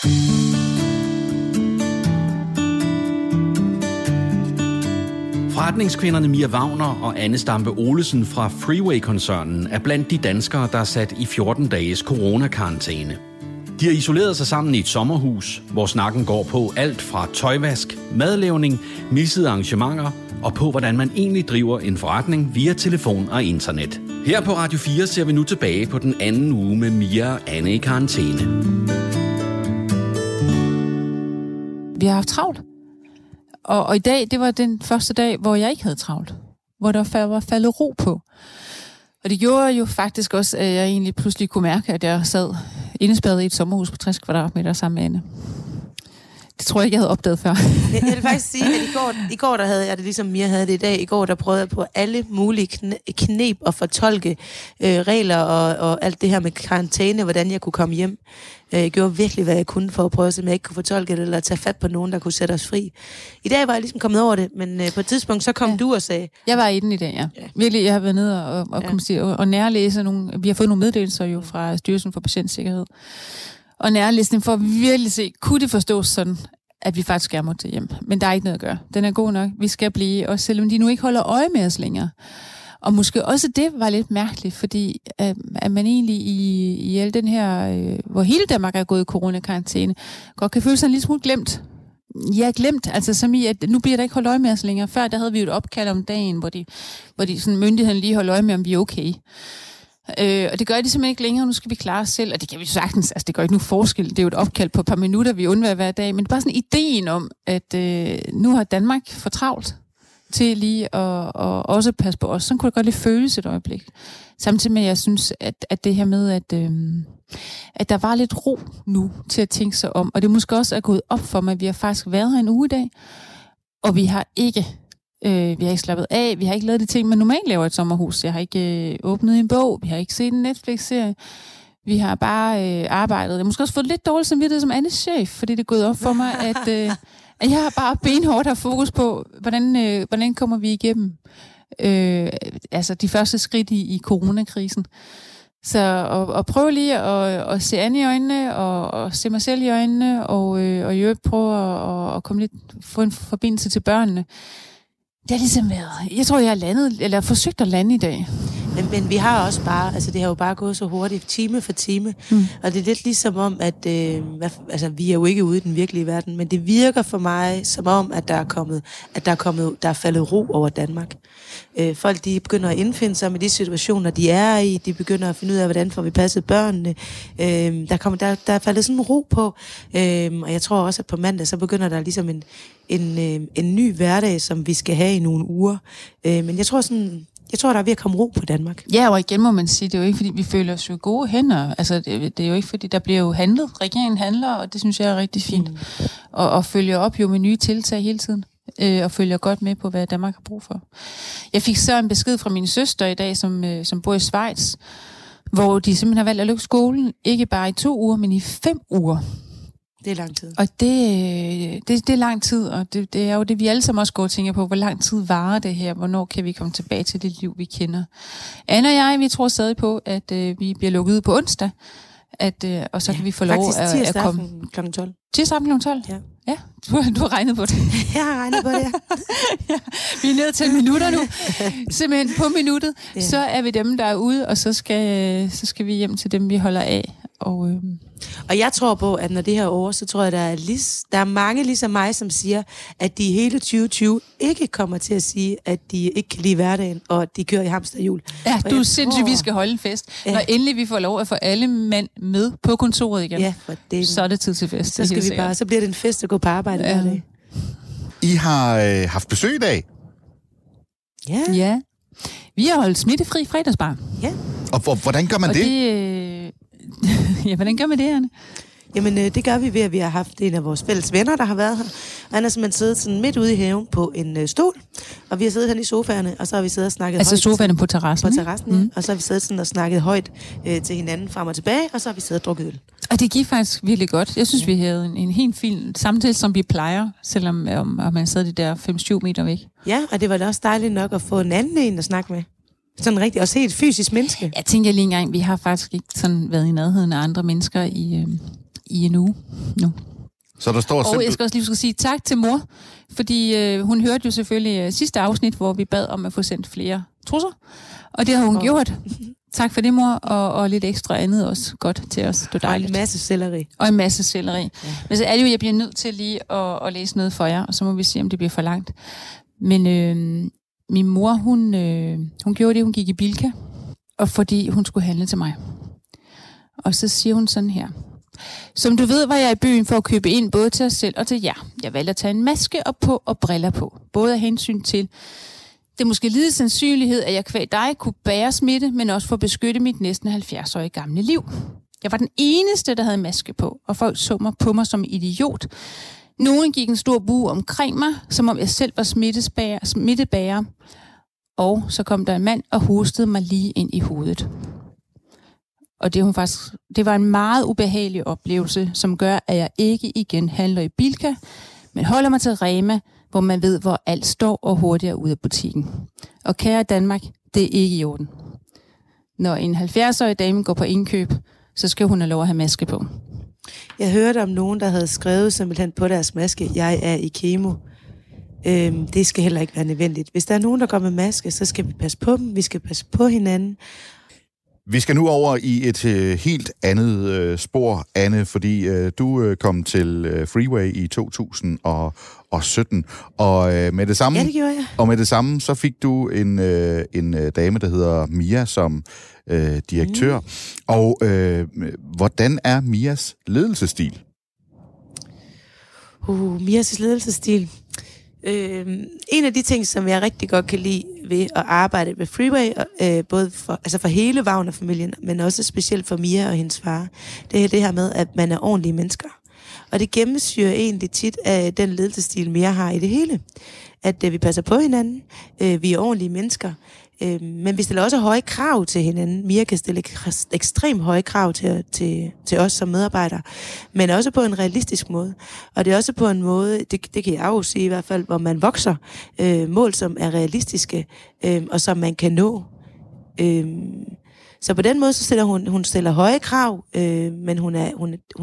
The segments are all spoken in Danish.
Forretningskvinderne Mia Wagner og Anne Stampe Olesen fra Freeway-koncernen er blandt de danskere, der er sat i 14 dages coronakarantæne. De har isoleret sig sammen i et sommerhus, hvor snakken går på alt fra tøjvask, madlavning, missede arrangementer og på, hvordan man egentlig driver en forretning via telefon og internet. Her på Radio 4 ser vi nu tilbage på den anden uge med Mia og Anne i karantæne. Vi har haft travlt. Og i dag, det var den første dag, hvor jeg ikke havde travlt. Hvor der var faldet ro på. Og det gjorde jo faktisk også, at jeg egentlig pludselig kunne mærke, at jeg sad indespærret i et sommerhus på 60 kvadratmeter sammen med Anne. Det tror jeg ikke, jeg havde opdaget før. Jeg vil faktisk sige, at i går der havde jeg det ligesom Mia havde det i dag. I går der prøvede jeg på alle mulige knep at fortolke regler og alt det her med karantæne, hvordan jeg kunne komme hjem. Jeg gjorde virkelig, hvad jeg kunne for at prøve, om jeg ikke kunne fortolke det, eller tage fat på nogen, der kunne sætte os fri. I dag var jeg ligesom kommet over det, men på et tidspunkt, så kom du og sagde... Jeg var i den i dag, ja. Virkelig, jeg har været nede og nærlæse nogle... Vi har fået nogle meddelelser jo fra Styrelsen for Patientsikkerhed. Og nærlæsning for at virkelig se, kunne det forstås sådan, at vi faktisk gerne må til hjem. Men der er ikke noget at gøre. Den er god nok. Vi skal blive, også selvom de nu ikke holder øje med os længere. Og måske også det var lidt mærkeligt, fordi at man egentlig i al den her, hvor hele Danmark er gået i coronakarantæne, godt kan føle sig en lille smule glemt. Ja, glemt. Altså som i, at nu bliver der ikke holdt øje med os længere. Før der havde vi jo et opkald om dagen, hvor de sådan, myndigheden lige holder øje med, om vi er okay. Og det gør de simpelthen ikke længere. Nu skal vi klare os selv, og det kan vi sagtens. Altså, det gør ikke nogen forskel. Det er jo et opkald på et par minutter, vi undværer hver dag. Men det er bare sådan ideen om, at nu har Danmark for travlt til lige at også passe på os. Sådan kunne det godt lige føles et øjeblik. Samtidig med, at jeg synes, at det her med, at der var lidt ro nu til at tænke sig om. Og det måske også er gået op for mig, at vi har faktisk været her en uge i dag, og vi har ikke slappet af, vi har ikke lavet de ting, man normalt laver i et sommerhus. Jeg har ikke åbnet en bog, vi har ikke set en Netflix-serie. Vi har bare arbejdet. Jeg har måske også fået lidt dårligt samvittighed som Annes chef, fordi det er gået op for mig, at jeg har bare benhårdt har fokus på, hvordan kommer vi igennem altså de første skridt i coronakrisen. Så at prøve lige at se Anne i øjnene, og se mig selv i øjnene, og i øvrigt prøve at komme lidt, få en forbindelse til børnene. Det har ligesom været... Jeg tror, jeg har landet, eller forsøgt at lande i dag. Men vi har også bare... Altså, det har jo bare gået så hurtigt, time for time. Og det er lidt ligesom om, at... vi er jo ikke ude i den virkelige verden, men det virker for mig som om, at der er faldet ro over Danmark. Folk, de begynder at indfinde sig med de situationer, de er i. De begynder at finde ud af, hvordan får vi passet børnene. Der er faldet sådan en ro på. Og jeg tror også, at på mandag, så begynder der ligesom en ny hverdag, som vi skal have i nogle uger. Men jeg tror, der er ved at komme ro på Danmark. Ja, og igen må man sige, det er jo ikke, fordi vi føler os jo gode hænder. Altså, det er jo ikke, fordi der bliver jo handlet. Regeringen handler, og det synes jeg er rigtig fint. Og følger op jo med nye tiltag hele tiden. Og følger godt med på, hvad Danmark har brug for. Jeg fik så en besked fra min søster i dag, som bor i Schweiz, hvor de simpelthen har valgt at lukke skolen, ikke bare i 2 uger, men i 5 uger. Det er lang tid. Og det er lang tid, og det er jo det, vi alle sammen også går og tænker på. Hvor lang tid varer det her? Hvornår kan vi komme tilbage til det liv, vi kender? Anne og jeg, vi tror stadig på, at vi bliver lukket ud på onsdag. Og så kan vi få lov at komme... Kl. 12. Tirsdag aften kl. 12? Ja. Du har regnet på det. Jeg har regnet på det, ja. Vi er nede til minutter nu. Simpelthen på minuttet. Ja. Så er vi dem, der er ude, og så skal vi hjem til dem, vi holder af. Og jeg tror på, at når det her er over, så tror jeg, der er mange ligesom mig, som siger, at de hele 2020 ikke kommer til at sige, at de ikke kan lide hverdagen, og at de kører i hamsterhjul. Ja, du er sindssygt, vi skal holde en fest. Ja. Når endelig vi får lov at få alle mænd med på kontoret igen, så er det tid til fest. Så bliver det en fest at gå på arbejde hver dag. I har haft besøg i dag. Ja. Vi har holdt smittefri fredagsbar. Ja. Og hvordan gør man det? Ja, hvordan gør man det, Anne? Jamen, det gør vi ved, at vi har haft en af vores fælles venner, der har været her. Og han har simpelthen siddet sådan midt ude i haven på en stol, og vi har siddet her i sofaerne, og så har vi siddet og snakket højt. Altså sofaerne på terrassen? På terrassen, ja. Og så har vi siddet sådan og snakket højt til hinanden frem og tilbage, og så har vi siddet og drukket øl. Og det gik faktisk virkelig godt. Jeg synes, vi havde en helt fin samtale, som vi plejer, selvom man sidder de der 5-7 meter væk. Ja, og det var da også dejligt nok at få en anden en at snakke med. Sådan rigtig, også helt fysisk menneske. Jeg tænker lige engang, vi har faktisk ikke sådan været i nærheden af andre mennesker i en uge nu. Så der står og jeg skal også lige sige tak til mor, fordi hun hørte jo selvfølgelig sidste afsnit, hvor vi bad om at få sendt flere trusser, og det har hun gjort. Tak for det, mor, og lidt ekstra andet også godt til os. Det var dejligt. Og en masse selleri. Og en masse selleri. Ja. Men så er det jo, jeg bliver nødt til lige at læse noget for jer, og så må vi se, om det bliver for langt. Men min mor, hun gjorde det, hun gik i Bilka, og fordi hun skulle handle til mig. Og så siger hun sådan her. Som du ved, var jeg i byen for at købe ind både til os selv og til jer. Jeg valgte at tage en maske op på og briller på. Både af hensyn til det er måske lille sandsynlighed, at jeg kvæg dig kunne bære smitte, men også for at beskytte mit næsten 70-årige gamle liv. Jeg var den eneste, der havde maske på, og folk så mig på mig som idiot. Nogen gik en stor bue omkring mig, som om jeg selv var smittebærer. Og så kom der en mand og hostede mig lige ind i hovedet. Og det var en meget ubehagelig oplevelse, som gør, at jeg ikke igen handler i Bilka, men holder mig til Rema, hvor man ved, hvor alt står og hurtigere ud af butikken. Og kære Danmark, det er ikke i orden. Når en 70-årig dame går på indkøb, så skal hun have lov at have maske på. Jeg hørte om nogen, der havde skrevet simpelthen på deres maske, jeg er i kemo. Det skal heller ikke være nødvendigt. Hvis der er nogen, der går med maske, så skal vi passe på dem. Vi skal passe på hinanden. Vi skal nu over i et helt andet spor, Anne, fordi du kom til Freeway i 2017, og med det samme, ja, det gjorde jeg. Og med det samme, så fik du en dame, der hedder Mia, som direktør. Og hvordan er Mias ledelsesstil? Mias ledelsesstil. En af de ting, som jeg rigtig godt kan lide ved at arbejde med Freeway, både for hele Wagner-familien, men også specielt for Mia og hendes far, det er det her med, at man er ordentlige mennesker. Og det gennemsyrer egentlig tit af den ledelsesstil, Mia har i det hele. At vi passer på hinanden, vi er ordentlige mennesker, men vi stiller også høje krav til hinanden. Mia kan stille ekstremt høje krav til os som medarbejdere, men også på en realistisk måde. Og det er også på en måde, det kan jeg jo sige i hvert fald, hvor man vokser mål, som er realistiske, og som man kan nå. Så på den måde, så stiller hun stiller høje krav, men hun er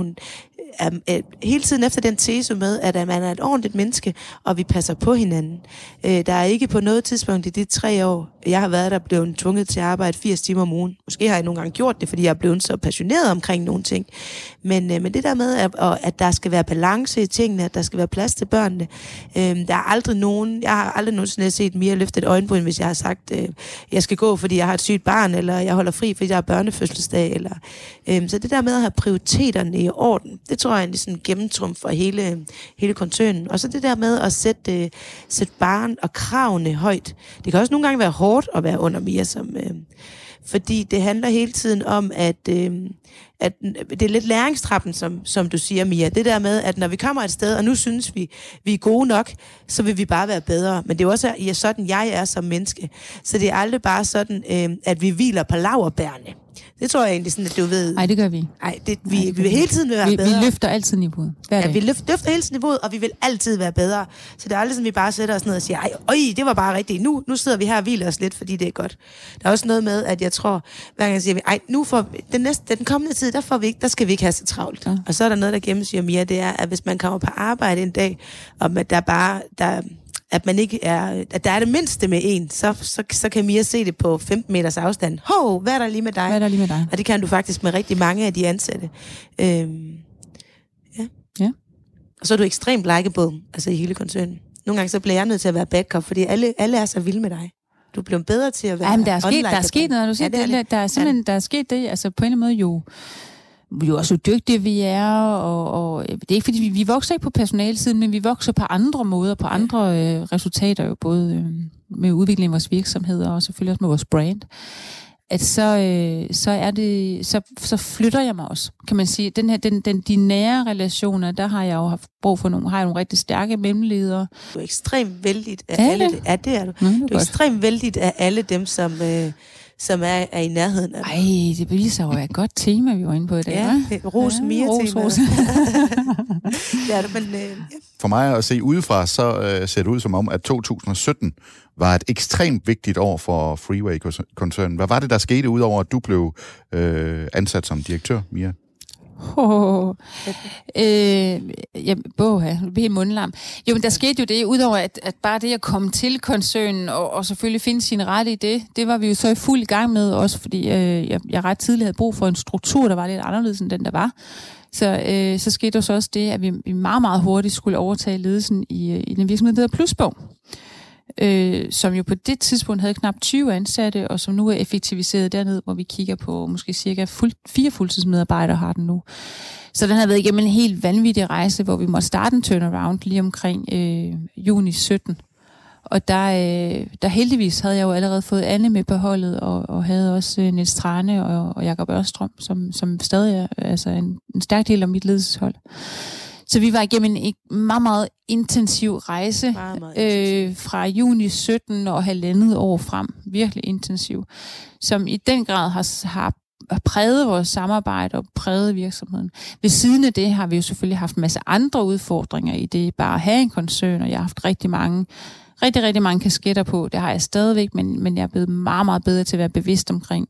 hele tiden efter den tese med, at man er et ordentligt menneske, og vi passer på hinanden. Der er ikke på noget tidspunkt i de 3 år, jeg har været der, blevet tvunget til at arbejde 80 timer om ugen. Måske har jeg nogle gange gjort det, fordi jeg er blevet så passioneret omkring nogle ting. Men det der med, at der skal være balance i tingene, at der skal være plads til børnene. Jeg har aldrig nogensinde set Mia løfte et øjenbryn, hvis jeg har sagt, jeg skal gå, fordi jeg har et sygt barn, eller jeg holder fri, fordi jeg har børnefødselsdag. Så det der med at have prioriteterne i orden, det tror jeg er sådan en gennemtrumf for hele koncernen. Og så det der med at sætte barn og kravene højt. Det kan også nogle gange være hårdt at være under Mia, fordi det handler hele tiden om, at det er lidt læringstrappen, som du siger, Mia. Det der med, at når vi kommer et sted, og nu synes vi er gode nok, så vil vi bare være bedre. Men det er også sådan, jeg er som menneske. Så det er aldrig bare sådan, at vi hviler på laurbærrene. Det tror jeg egentlig sådan, at du ved. Nej, det gør vi. Nej, vi vil hele tiden være bedre. Vi løfter altid niveauet. Ja, vi løfter hele tiden niveauet, og vi vil altid være bedre. Så det er aldrig sådan, at vi bare sætter os ned og siger, det var bare rigtigt. Nu sidder vi her og hviler os lidt, fordi det er godt. Der er også noget med, at jeg tror, hver gang jeg siger, nu får den kommende tid, der skal vi ikke have så travlt. Ja. Og så er der noget, der gennemsyrer mere, det er, at hvis man kommer på arbejde en dag, og at man ikke er, at der er det mindste med en, så kan Mia se det på 15 meters afstand. Hvad er der lige med dig? Hvad er der lige med dig? Og det kan du faktisk med rigtig mange af de ansatte. Ja. Og så er du ekstremt likeable, altså i hele koncernen. Nogle gange så bliver jeg nødt til at være backup, fordi alle er så vilde med dig. Du er blevet bedre til at være der er sket noget, du siger. Der er simpelthen der er sket det, altså på en eller anden måde jo også dygtige vi er, og det er ikke fordi, vi vokser ikke på personalesiden, men vi vokser på andre måder, på andre resultater, jo både med udviklingen af vores virksomheder, og selvfølgelig også med vores brand. At så flytter jeg mig også, kan man sige. De nære relationer, der har jeg jo haft brug for nogle rigtig stærke mellemledere. Du er ekstremt vældigt af alle. Ja, det er du. Du er ekstremt vældigt af alle dem, som er i nærheden af dig. Ej, det beviser jo et godt tema, vi var inde på i dag. Ja, det er Mia-tema. Det er det, men... For mig at se udefra, så ser det ud som om, at 2017 var et ekstremt vigtigt år for Freeway-koncernen. Hvad var det, der skete, udover at du blev ansat som direktør, Mia? Nu bliver mundlam. Jo, men der skete jo det, udover at bare det at komme til koncernen og selvfølgelig finde sin ret i det var vi jo så i fuld gang med, også fordi jeg ret tidligt havde brug for en struktur, der var lidt anderledes end den, der var. Så skete der så også det, at vi meget, meget hurtigt skulle overtage ledelsen i den virksomhed, der hedder Plusbog, som jo på det tidspunkt havde knap 20 ansatte, og som nu er effektiviseret dernede, hvor vi kigger på måske cirka 4 fuldtidsmedarbejdere har den nu. Så den har været igennem en helt vanvittig rejse, hvor vi måtte starte en turnaround lige omkring juni 17. Og der heldigvis havde jeg jo allerede fået Anne med på holdet, og havde også Niels Trane og Jakob Ørstrøm, som stadig er altså en stærk del af mit ledelseshold. Så vi var igennem en meget, meget intensiv rejse fra juni 17 og halvandet år frem. Virkelig intensiv. Som i den grad har præget vores samarbejde og præget virksomheden. Ved siden af det har vi jo selvfølgelig haft en masse andre udfordringer i det. Bare at have en koncern, og jeg har haft rigtig mange kasketter på. Det har jeg stadigvæk, men jeg er blevet meget, meget bedre til at være bevidst omkring,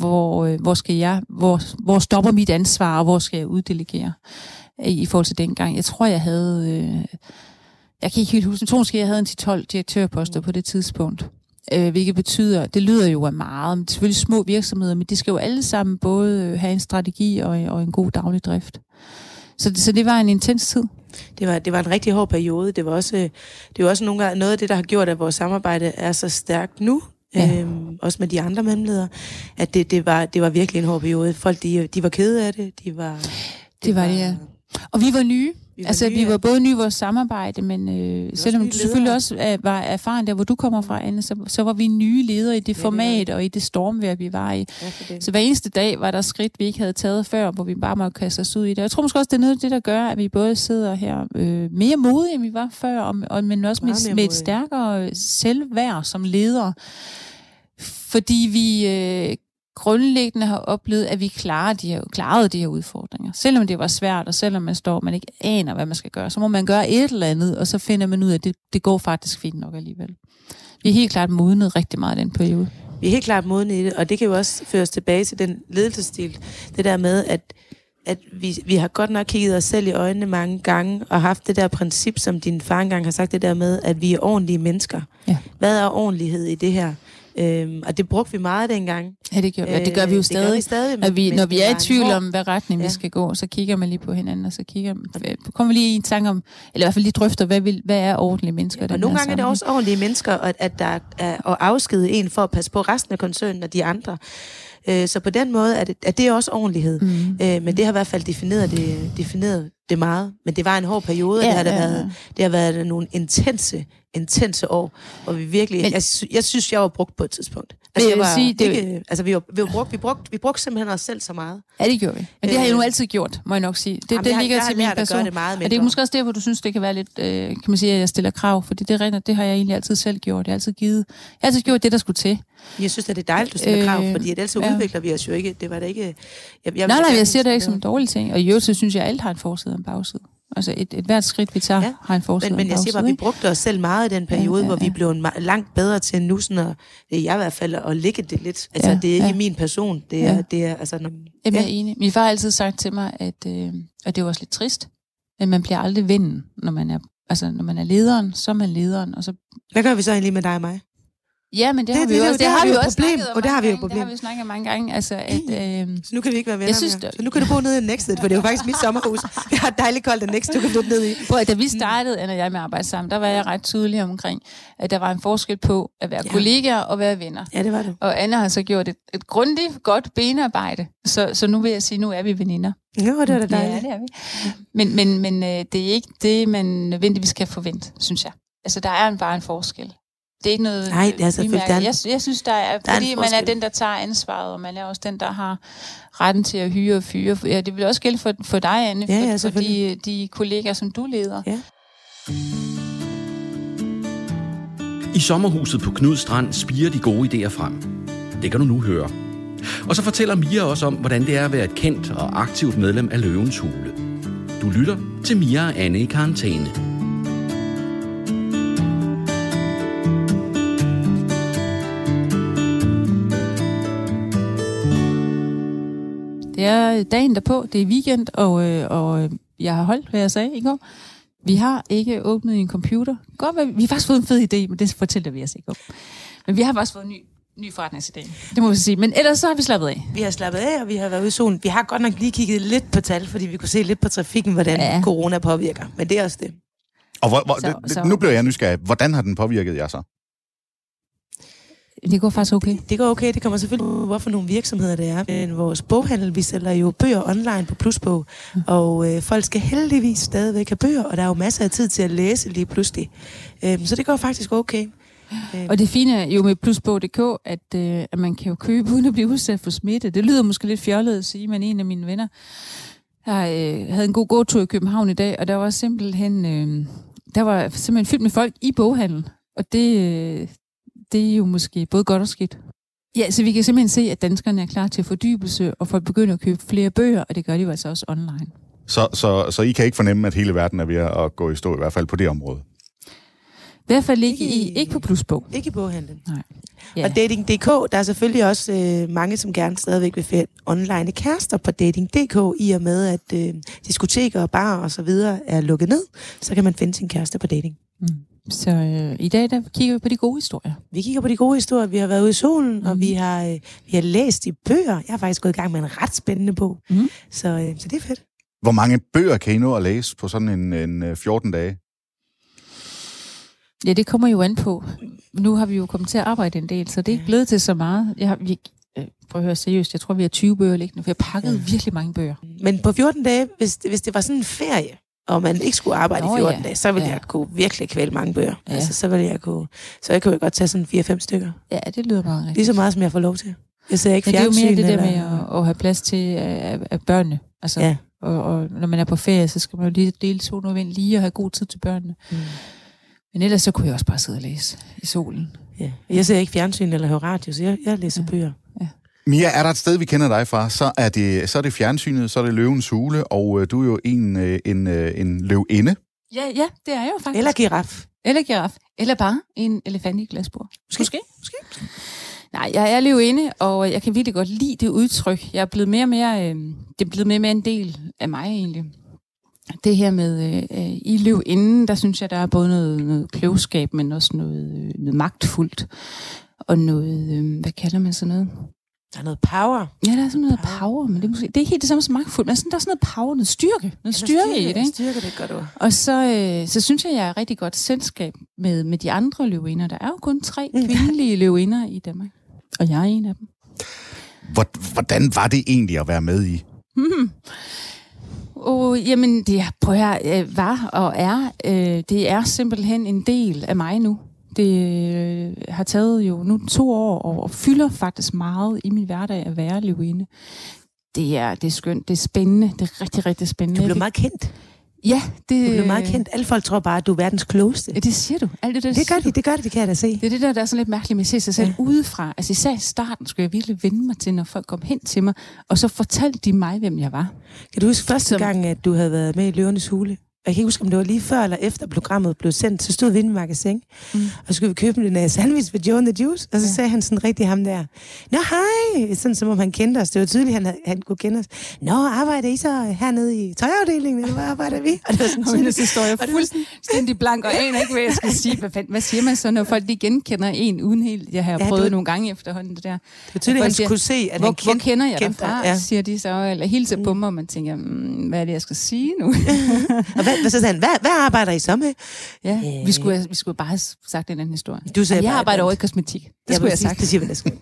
hvor stopper mit ansvar, og hvor skal jeg uddelegere i forhold til dengang. Jeg tror, jeg havde... jeg kan ikke helt huske, jeg havde en 10-12 direktørposter på det tidspunkt. Hvilket betyder, det lyder jo af meget, men det er selvfølgelig små virksomheder, men de skal jo alle sammen både have en strategi og en god daglig drift. Så det var en intens tid. Det var en rigtig hård periode. Det var også nogle gange noget af det, der har gjort, at vores samarbejde er så stærkt nu. Ja. Også med de andre mellemledere, at det var virkelig en hård periode. Folk, de var kede af det. Det var det, ja. Og vi var nye. Vi var både nye i vores samarbejde, men selvom du selvfølgelig også var erfaren der, hvor du kommer fra, Anne, så var vi nye ledere i det format og i det stormvejr, vi var i. Ja, så hver eneste dag var der skridt, vi ikke havde taget før, hvor vi bare måtte kaste os ud i det. Jeg tror måske også, det er noget af det, der gør, at vi både sidder her mere modige, end vi var før, men også med et stærkere selvværd som ledere. Fordi vi grundlæggende har oplevet, at vi klarede de her udfordringer. Selvom det var svært, og selvom man ikke aner, hvad man skal gøre, så må man gøre et eller andet, og så finder man ud af, at det går faktisk fint nok alligevel. Vi er helt klart modnet rigtig meget i den periode. Vi er helt klart modnet i det, og det kan jo også føres tilbage til den ledelsesstil. Det der med, at vi har godt nok kigget os selv i øjnene mange gange, og haft det der princip, som din far engang har sagt, det der med, at vi er ordentlige mennesker. Ja. Hvad er ordentlighed i det her? Og det brugte vi meget dengang. Ja, det gør vi jo stadig. Når vi er i tvivl om, hvad retning vi skal gå, så kigger man lige på hinanden, og så kommer vi lige i en tanke om, eller i hvert fald lige drøfter, hvad er ordentlige mennesker. Og nogle gange er det også ordentlige mennesker, at der er at afskede en for at passe på resten af koncernen og de andre. Så på den måde er det også ordentlighed. Men det har i hvert fald defineret det meget. Men det var en hård periode, og det har været nogle intense år, hvor vi virkelig... Men, jeg synes, jeg var brugt på et tidspunkt. Vi brugte simpelthen os selv så meget. Ja, det gjorde vi. Men det har jeg nu altid gjort, må jeg nok sige. Det ligger til min person. Og det er måske også der, hvor du synes, det kan være lidt, kan man sige, at jeg stiller krav, fordi det har jeg egentlig altid selv gjort. Jeg har altid gjort det, der skulle til. Jeg synes, at det er dejligt, du stiller krav, fordi ellers udvikler vi os jo ikke. Det var det ikke... Jeg ser det ikke som en dårlig ting. Og i øvrigt, så synes jeg, at alt har en forside og en bagside. Altså et hvert skridt, vi tager, har en forside. Men jeg siger bare, at vi brugte os selv meget i den periode, hvor vi blev langt bedre til nu, sådan at, det er jeg i hvert fald, at lægge det lidt. Altså, det er ikke min person. Det er altså... Jeg er enig. Min far har altid sagt til mig, at det var også lidt trist, at man bliver aldrig vennen, når man er lederen, så er man lederen. Og så... Hvad gør vi så egentlig med dig og mig? Ja, men det har vi jo også. Det har vi jo snakket om. Det har vi jo snakket mange gange. Altså, så nu kan vi ikke være venner mere. Så nu kan du bo nede i Nexted, for det er jo faktisk mit sommerhus. Vi har et dejligt koldt Nexted, du kan flytte ned i. Da vi startede, Anna og jeg med at arbejde sammen, der var jeg ret tydelig omkring, at der var en forskel på at være kollegaer og være venner. Ja, det var det. Og Anna har så gjort et grundigt, godt benarbejde. Så nu vil jeg sige, nu er vi veninder. Ja, det er da dejligt. Ja, det er vi. Men det er ikke det, man nødvendigvis kan forvente, synes jeg. Altså, der er bare en forskel. Det er ikke noget... Nej, det er selvfølgelig... Jeg synes, der er fordi man er den, der tager ansvaret, og man er også den, der har retten til at hyre og fyre. Ja, det vil også gælde for dig, Anne, for de kollegaer, som du leder. Ja. I sommerhuset på Knud Strand spirer de gode idéer frem. Det kan du nu høre. Og så fortæller Mia også om, hvordan det er at være et kendt og aktivt medlem af Løvens Hule. Du lytter til Mia og Anne i karantæne. Det er dagen derpå, det er weekend, og jeg har holdt, hvad jeg sagde i går. Vi har ikke åbnet en computer. Godt, vi har faktisk fået en fed idé, men det fortæller vi os ikke om. Men vi har faktisk fået en ny forretningsidé. Det må vi sige. Men ellers så har vi slappet af. Vi har slappet af, og vi har været ude i solen. Vi har godt nok lige kigget lidt på tal, fordi vi kunne se lidt på trafikken, hvordan corona påvirker. Men det er også det. Og nu bliver jeg nysgerrig. Hvordan har den påvirket jer så? Det går faktisk okay. Det går okay. Det kommer selvfølgelig på, hvorfor nogle virksomheder det er. Men vores boghandel, vi sælger jo bøger online på Plusbog. Og folk skal heldigvis stadigvæk have bøger, og der er jo masser af tid til at læse lige pludselig. Så det går faktisk okay. Og det fine er jo med Plusbog.dk, at man kan jo købe uden at blive udsat for smitte. Det lyder måske lidt fjollet at sige, men en af mine venner havde en god gåtur i København i dag, og der var simpelthen fyldt med folk i boghandlen. Og det er jo måske både godt og skidt. Ja, så vi kan simpelthen se, at danskerne er klar til fordybelse, og folk begynder at købe flere bøger, og det gør de jo altså også online. Så I kan ikke fornemme, at hele verden er ved at gå i stå, i hvert fald på det område? I hvert fald ikke på Plusbog. Ikke i boghandlen. Nej. Ja. Og Dating.dk, der er selvfølgelig også mange, som gerne stadigvæk vil finde online kærester på Dating.dk, i og med, at diskoteker og barer og så videre er lukket ned, så kan man finde sin kæreste på dating. Så i dag, der kigger vi på de gode historier. Vi kigger på de gode historier. Vi har været ude i solen, og vi har læst i bøger. Jeg har faktisk gået i gang med en ret spændende bog. Så det er fedt. Hvor mange bøger kan I nå at læse på sådan en 14 dage? Ja, det kommer jo an på. Nu har vi jo kommet til at arbejde en del, så det er ikke blevet til så meget. Prøv at høre seriøst, jeg tror, vi har 20 bøger liggende, for jeg pakkede virkelig mange bøger. Men på 14 dage, hvis det var sådan en ferie, og man ikke skulle arbejde i 14 dage, så ville jeg kunne virkelig kvæle mange bøger. Ja. Altså, så jeg kunne godt tage sådan 4-5 stykker. Ja, det lyder meget rigtigt. Lige så meget, som jeg får lov til. Jeg ser ikke fjernsyn. Det er jo mere det der med at have plads til at børnene. Altså, ja. Og når man er på ferie, så skal man jo lige dele to noget lige og have god tid til børnene. Men ellers så kunne jeg også bare sidde og læse i solen. Ja. Jeg ser ikke fjernsyn eller hører radio, så jeg læser bøger. Ja. Mia, er der et sted, vi kender dig fra, så er det fjernsynet, så er det Løvens Hule, og du er jo en løvinde. Ja, det er jeg jo faktisk. Eller giraf. Eller bare en elefant i glasbord. Måske. Nej, jeg er løvinde, og jeg kan virkelig godt lide det udtryk. Jeg er blevet mere og mere en del af mig egentlig. Det her med i løvinden, der synes jeg, der er både noget klogskab, men også noget magtfuldt. Og noget, hvad kalder man sådan noget? Der er noget power. Ja, der er sådan noget power, men det er helt det samme som magtfuldt. Men der er sådan noget power, noget styrke. Noget styrke i det, ikke? Styrke, det gør du. Og så synes jeg er rigtig godt selskab med de andre løvinder. Der er jo kun 3 kvindelige løvinder i Danmark. Og jeg er en af dem. Hvordan var det egentlig at være med i? Jamen, det var og er. Det er simpelthen en del af mig nu. Det har taget jo nu 2 år og fylder faktisk meget i min hverdag at være løvinde. Det er skønt, det er spændende, det er rigtig, rigtig spændende. Du blev meget kendt. Ja, du blev meget kendt. Alle folk tror bare, at du er verdens klogeste. Ja, det siger du. Alt det gør det, kan jeg da se. Det er det der er sådan lidt mærkeligt med at se sig selv udefra. Altså især i starten skulle jeg virkelig vende mig til, når folk kom hen til mig, og så fortalte de mig, hvem jeg var. Kan du huske første gang, at du havde været med i Løvernes Hule? Jeg kan ikke huske, om det var lige før eller efter programmet blev sendt, så stod vi inde i magasin, og så skulle vi købe en sandwich ved Joe and the Juice, og så sagde han sådan rigtig ham der, nå hej, sådan som om han kendte os. Det var tydeligt, han kunne kende os. Nå, arbejder I så hernede i tøjafdelingen, eller hvad arbejder vi? Og det var sådan tydeligt. Så står jeg fuldstændig blank, og aner ikke, hvad jeg skal sige. Hvad siger man så, når folk lige genkender en uden helt? Jeg har prøvet nogle gange efterhånden det der. Det var tydeligt, at han kunne se, at han hvor kender jeg dig fra, siger de så, eller hilser på mig, og man tænker, hvad er det, jeg skal sige nu? Hvad så sagde han, hvad arbejder I så med? Ja, vi skulle bare have sagt en anden historie. Du sagde jeg arbejder over i kosmetik. Det skulle jeg have sagt. Det siger vi næsten.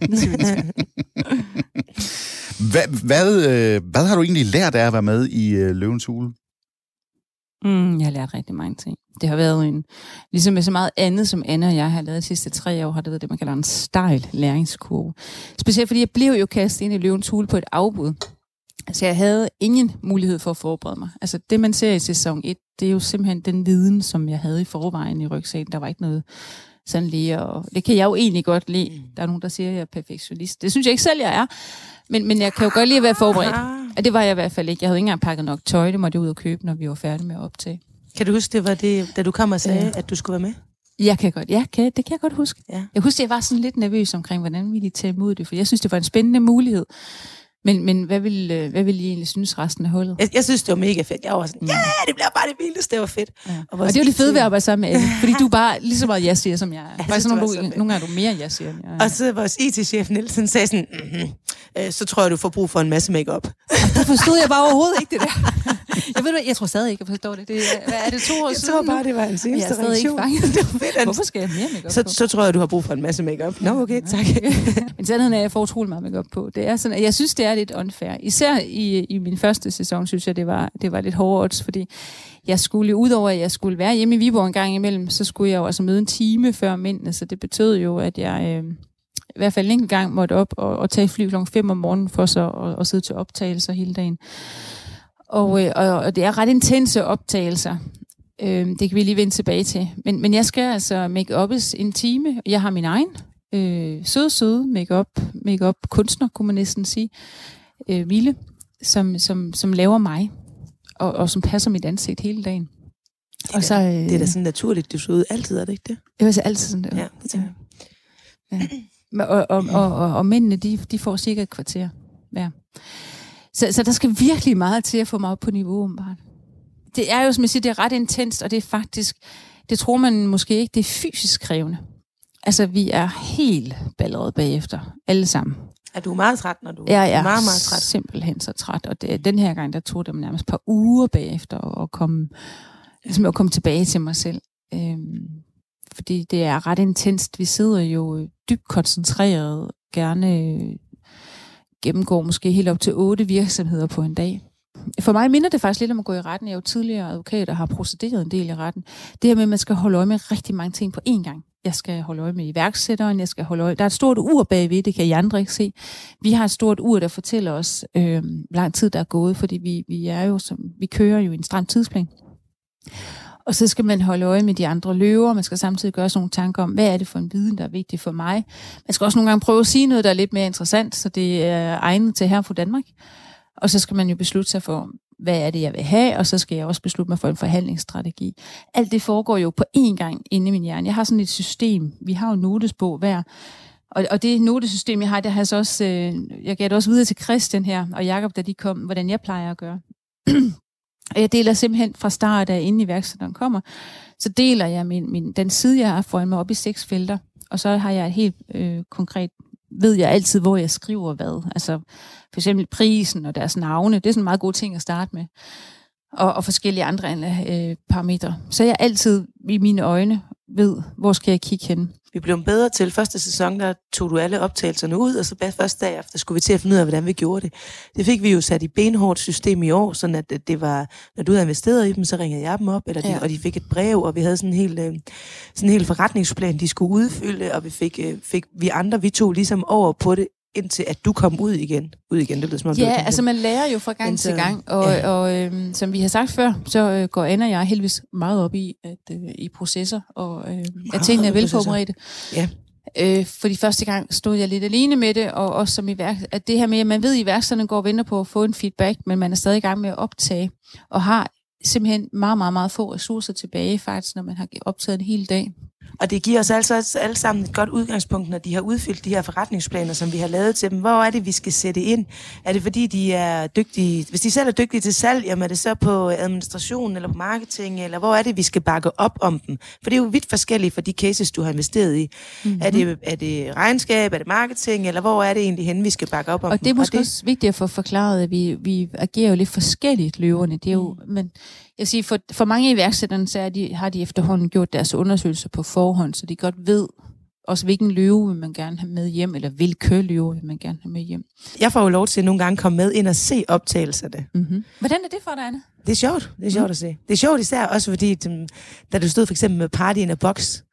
Hvad har du egentlig lært af at være med i Løvens Hule? Jeg har lært rigtig mange ting. Det har været ligesom med så meget andet, som Anne og jeg har lavet de sidste 3 år, har det været det, man kalder en stejl læringskurve. Specielt fordi jeg blev jo kastet ind i Løvens Hule på et afbud. Altså, jeg havde ingen mulighed for at forberede mig. Altså, det man ser i sæson 1, det er jo simpelthen den viden, som jeg havde i forvejen i rygsækken. Der var ikke noget sådan lige, og det kan jeg jo egentlig godt lide. Der er nogen, der siger, at jeg er perfektionist. Det synes jeg ikke selv, jeg er. Men jeg kan jo godt lide at være forberedt. Og det var jeg i hvert fald ikke. Jeg havde ikke engang pakket nok tøj, det måtte jeg ud og købe, når vi var færdige med at optage. Kan du huske, det var det, da du kom og sagde, at du skulle være med? Det kan jeg godt huske. Ja. Jeg husker, jeg var sådan lidt nervøs omkring, hvordan ville I tage imod det, for jeg synes, det var en spændende mulighed. Men hvad vil I egentlig synes resten af hullet? Jeg synes, det var mega fedt. Jeg var sådan, det bliver bare det vildeste, det var fedt. Ja. Og det var det fede ved at arbejde sammen med alle, fordi du er bare lige så meget ja-siger, som jeg er. Faktisk nogle gange er du mere ja-siger, end jeg er. Og så vores IT-chef Nielsen sagde sådan, så tror jeg, du får brug for en masse make-up. Det forstod jeg bare overhovedet ikke, det der. Jeg tror stadig ikke, jeg forstår det. Hvad er det 2 år siden? Jeg tror bare, det var en seneste reaktion. Hvorfor skal jeg have mere make-up så tror jeg, du har brug for en masse make-up. Nå, okay, tak. Men sandheden er, at jeg får utrolig meget make-up på. Det er sådan, at jeg synes, det er lidt unfair. Især i min første sæson, synes jeg, det var lidt hårdt odds, fordi jeg skulle, udover at jeg skulle være hjemme i Viborg en gang imellem, så skulle jeg jo altså møde en time før mændene, så det betød jo, at jeg i hvert fald en gang måtte op og tage fly kl. 5 om morgenen for så at sidde til optagelser hele dagen. Og det er ret intense optagelser. Det kan vi lige vende tilbage til. Men jeg skal altså make-up'es en time. Jeg har min egen søde make-up kunstner, kunne man næsten sige. Mille, som laver mig, og som passer mit ansigt hele dagen. Og så, det er da sådan naturligt, du så ud altid, er det ikke det? Det var så altid sådan der. Ja. Og mændene, de får cirka et kvarter hver. Så der skal virkelig meget til at få mig op på niveau, umiddelbart. Det er jo, som jeg siger, det er ret intenst, og det er faktisk, det tror man måske ikke, det er fysisk krævende. Altså, vi er helt balleret bagefter, alle sammen. Er du meget træt, når du er meget træt? Simpelthen så træt. Og den her gang, der tog det nærmest et par uger bagefter at komme tilbage til mig selv. Fordi det er ret intenst. Vi sidder jo dybt koncentreret, gerne gennemgår måske helt op til 8 virksomheder på en dag. For mig minder det faktisk lidt om at gå i retten. Jeg er jo tidligere advokat og har procederet en del i retten. Det her med, at man skal holde øje med rigtig mange ting på én gang. Jeg skal holde øje med iværksætteren, jeg skal holde øje. Der er et stort ur bagved, det kan I andre ikke se. Vi har et stort ur, der fortæller os, hvor lang tid der er gået, fordi vi kører jo i en stram tidsplan. Og så skal man holde øje med de andre løver, man skal samtidig gøre sådan nogle tanker om, hvad er det for en viden, der er vigtig for mig. Man skal også nogle gange prøve at sige noget, der er lidt mere interessant, så det er egnet til her fra Danmark. Og så skal man jo beslutte sig for, hvad er det, jeg vil have, og så skal jeg også beslutte mig for en forhandlingsstrategi. Alt det foregår jo på én gang inde i min hjerne. Jeg har sådan et system. Vi har jo notesbog hver. Og det notesystem, jeg har, det har jeg så også... jeg gav det også videre til Christian her, og Jakob, da de kom, hvordan jeg plejer at gøre. Og jeg deler simpelthen fra start af, inden iværksætteren kommer, så deler jeg den side, jeg har foran mig op i 6 felter. Og så har jeg et helt konkret... ved jeg altid, hvor jeg skriver hvad. Altså for eksempel prisen og deres navne. Det er sådan en meget god ting at starte med. Og forskellige andre parametre. Så jeg altid i mine øjne ved, hvor skal jeg kigge hen. Vi blev bedre til første sæson, der tog du alle optagelserne ud, og så første dag efter skulle vi til at finde ud af, hvordan vi gjorde det. Det fik vi jo sat i benhårdt system i år, sådan at det var, når du havde investeret i dem, så ringede jeg dem op, og de fik et brev, og vi havde sådan en hel forretningsplan, de skulle udfylde, og vi tog ligesom over på det, indtil at du kom ud igen. Det lyder som om, altså man lærer jo fra gang til gang, og som vi har sagt før, så går Anna og jeg heldigvis meget op i i processer, og at tingene er velforberedte. Ja. For de første gang stod jeg lidt alene med det, og også som at det her med, at man ved, at iværksætterne går og venter på at få en feedback, men man er stadig i gang med at optage, og har simpelthen meget, meget, meget få ressourcer tilbage, faktisk, når man har optaget en hel dag. Og det giver os altså alle sammen et godt udgangspunkt, når de har udfyldt de her forretningsplaner, som vi har lavet til dem. Hvor er det, vi skal sætte ind? Er det fordi, de er dygtige? Hvis de selv er dygtige til salg, jamen er det så på administration eller på marketing? Eller hvor er det, vi skal bakke op om dem? For det er jo vidt forskelligt for de cases, du har investeret i. Mm-hmm. Er det regnskab? Er det marketing? Eller hvor er det egentlig henne, vi skal bakke op om dem? Og det er måske også vigtigt at få forklaret, at vi agerer jo lidt forskelligt, løverne. Det er jo, men jeg siger, for mange iværksætterne, så har de efterhånden gjort deres undersøgelser på forhånd, så de godt ved også, hvilken løve vil man gerne have med hjem, eller hvilke løve vil man gerne have med hjem. Jeg får jo lov til at nogle gange komme med ind og se optagelserne. Mm-hmm. Hvordan er det for dig, Anne? Det er sjovt. Det er sjovt at se. Det er sjovt især også, fordi da du stod for eksempel med Party in a Box,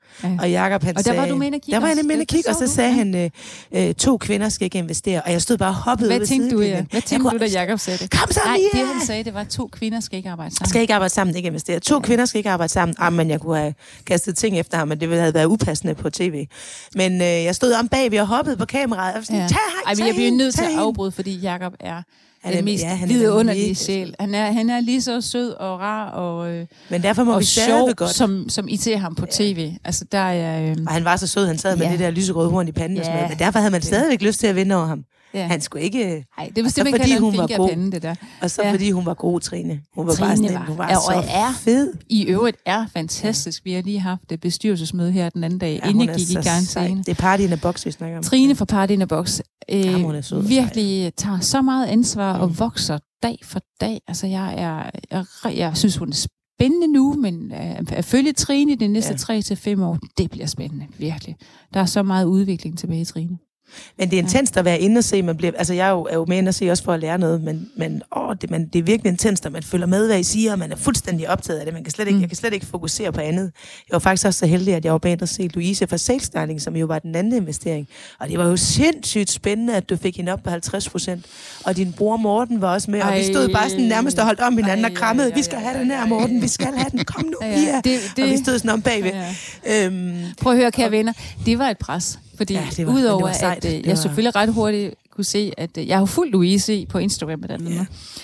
Og Jacob, han sagde... Og der var du med at kigge. Der var jeg med at kigge, og så sagde han, 2 kvinder skal ikke investere. Og jeg stod bare og hoppede ud ved sidelinjen. Hvad tænkte du, da Jacob sagde det? Kom så, Nej, Mia! det han sagde, det var 2 kvinder skal ikke arbejde sammen. Skal ikke arbejde sammen, ikke investere. 2 kvinder skal ikke arbejde sammen. Men jeg kunne have kastet ting efter ham, men det havde været upassende på tv. Men jeg stod om bagved og hoppede på kameraet. Og sådan, jeg bliver nødt til at afbryde, fordi Jacob er den mest vidunderlige sjæl. Han er lige så sød og rar og men derfor må og vi sjov, godt. som I ser ham på tv. Altså, der er, og han var så sød, han sad med det der lyserøde horn i panden og sådan noget. Men derfor havde man stadigvæk lyst til at vinde over ham. Ja. Han skulle ikke... Nej, det var simpelthen fordi hun var god. Pande, det der. Og så fordi hun var god, Trine. Hun var bare sådan, hun var så fed. I øvrigt er fantastisk. Vi har lige haft et bestyrelsesmøde her den anden dag, inden jeg gik i karantæne. Det er Party in a Box, vi snakker om. Trine fra Party in a Box virkelig tager så meget ansvar og vokser dag for dag. Altså, jeg synes, hun er spændende nu, men at følge Trine de næste 3 til 5 år, det bliver spændende, virkelig. Der er så meget udvikling tilbage i Trine. Men det er intenst at være inde og se. Altså jeg er jo med inde og se også for at lære noget, men det er virkelig intenst, at man følger med, hvad I siger, og man er fuldstændig optaget af det. Jeg kan slet ikke fokusere på andet. Jeg var faktisk også så heldig, at jeg var bag at se Louise fra Sales Styling, som jo var den anden investering. Og det var jo sindssygt spændende, at du fik hende op på 50%. Og din bror Morten var også med, og vi stod bare sådan nærmest og holdt om hinanden og krammede. Vi skal have den her, Morten. Vi skal have den. Kom nu, Pia. Og vi stod sådan om bagved. Prøv at høre, kære venner. Det var et pres. Fordi udover at jeg selvfølgelig ret hurtigt kunne se, at jeg har fulgt Louise på Instagram med den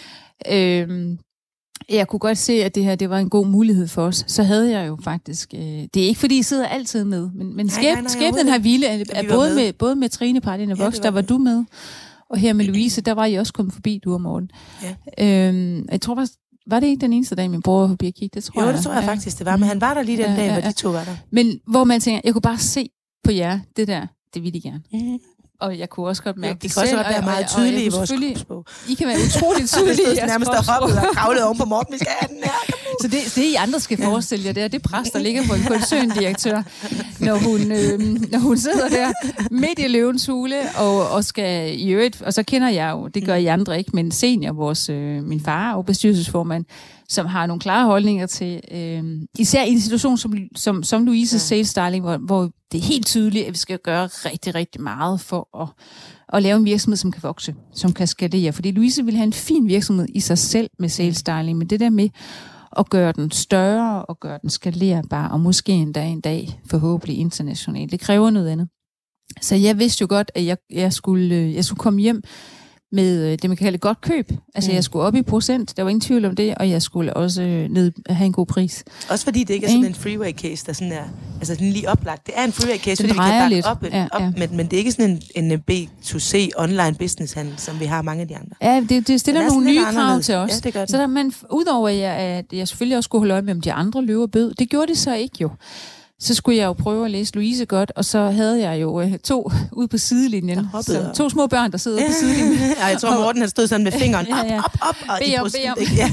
jeg kunne godt se, at det her det var en god mulighed for os. Så havde jeg jo faktisk... det er ikke, fordi I sidder altid med, men skæbnen har hvile, både med Trine Party in a Box, der var du med, og her med Louise, der var I også kommet forbi, du og Morten. Ja. Jeg tror faktisk, var det ikke den eneste dag, min bror var forbi at kigge? Det tror jeg faktisk, det var, men han var der lige den dag, hvor de 2 var der. Men hvor man tænker, jeg kunne bare se på jer, det vil de gerne. Mm-hmm. Og jeg kunne også godt mærke det selv. Det kan også være meget tydelige i vores kropssprog. I kan være utroligt tydelige i jeres nærmest hoppet og kravlet oven på Morten. Vi skal have den her. Så det I andre skal forestille jer, det er det pres, der ligger på en koncerndirektør, når hun sidder der midt i løvens hule, og skal i øvrigt, og så kender jeg jo, det gør I andre ikke, men senior, min far og bestyrelsesformand, som har nogle klare holdninger til, især i en situation som Louise's Sales Styling, hvor det er helt tydeligt, at vi skal gøre rigtig, rigtig meget for at lave en virksomhed, som kan vokse, som kan skalere. Fordi Louise vil have en fin virksomhed i sig selv med Sales Styling, men det der med at gøre den større og gøre den skalerbar, og måske endda en dag forhåbentlig internationalt, det kræver noget andet. Så jeg vidste jo godt, at jeg skulle komme hjem med det, man kan kalde godt køb. Altså, jeg skulle op i procent, der var ingen tvivl om det, og jeg skulle også have en god pris. Også fordi det ikke er sådan en freeway case, der sådan er, altså sådan lige oplagt. Det er en freeway case, fordi vi kan bakke op, men det er ikke sådan en B2C online business handel, som vi har mange af de andre. Ja, det stiller nogle nye krav til os. Ja, det gør det. Så der, man, udover at jeg selvfølgelig også skulle holde øje med, om de andre løber bød, det gjorde det så ikke jo. Så skulle jeg jo prøve at læse Louise godt, og så havde jeg jo 2 ude på sidelinjen. 2 små børn, der sidder på sidelinjen. Ja, jeg tror, Morten han stod sådan med fingeren op. Og bed om. Ja.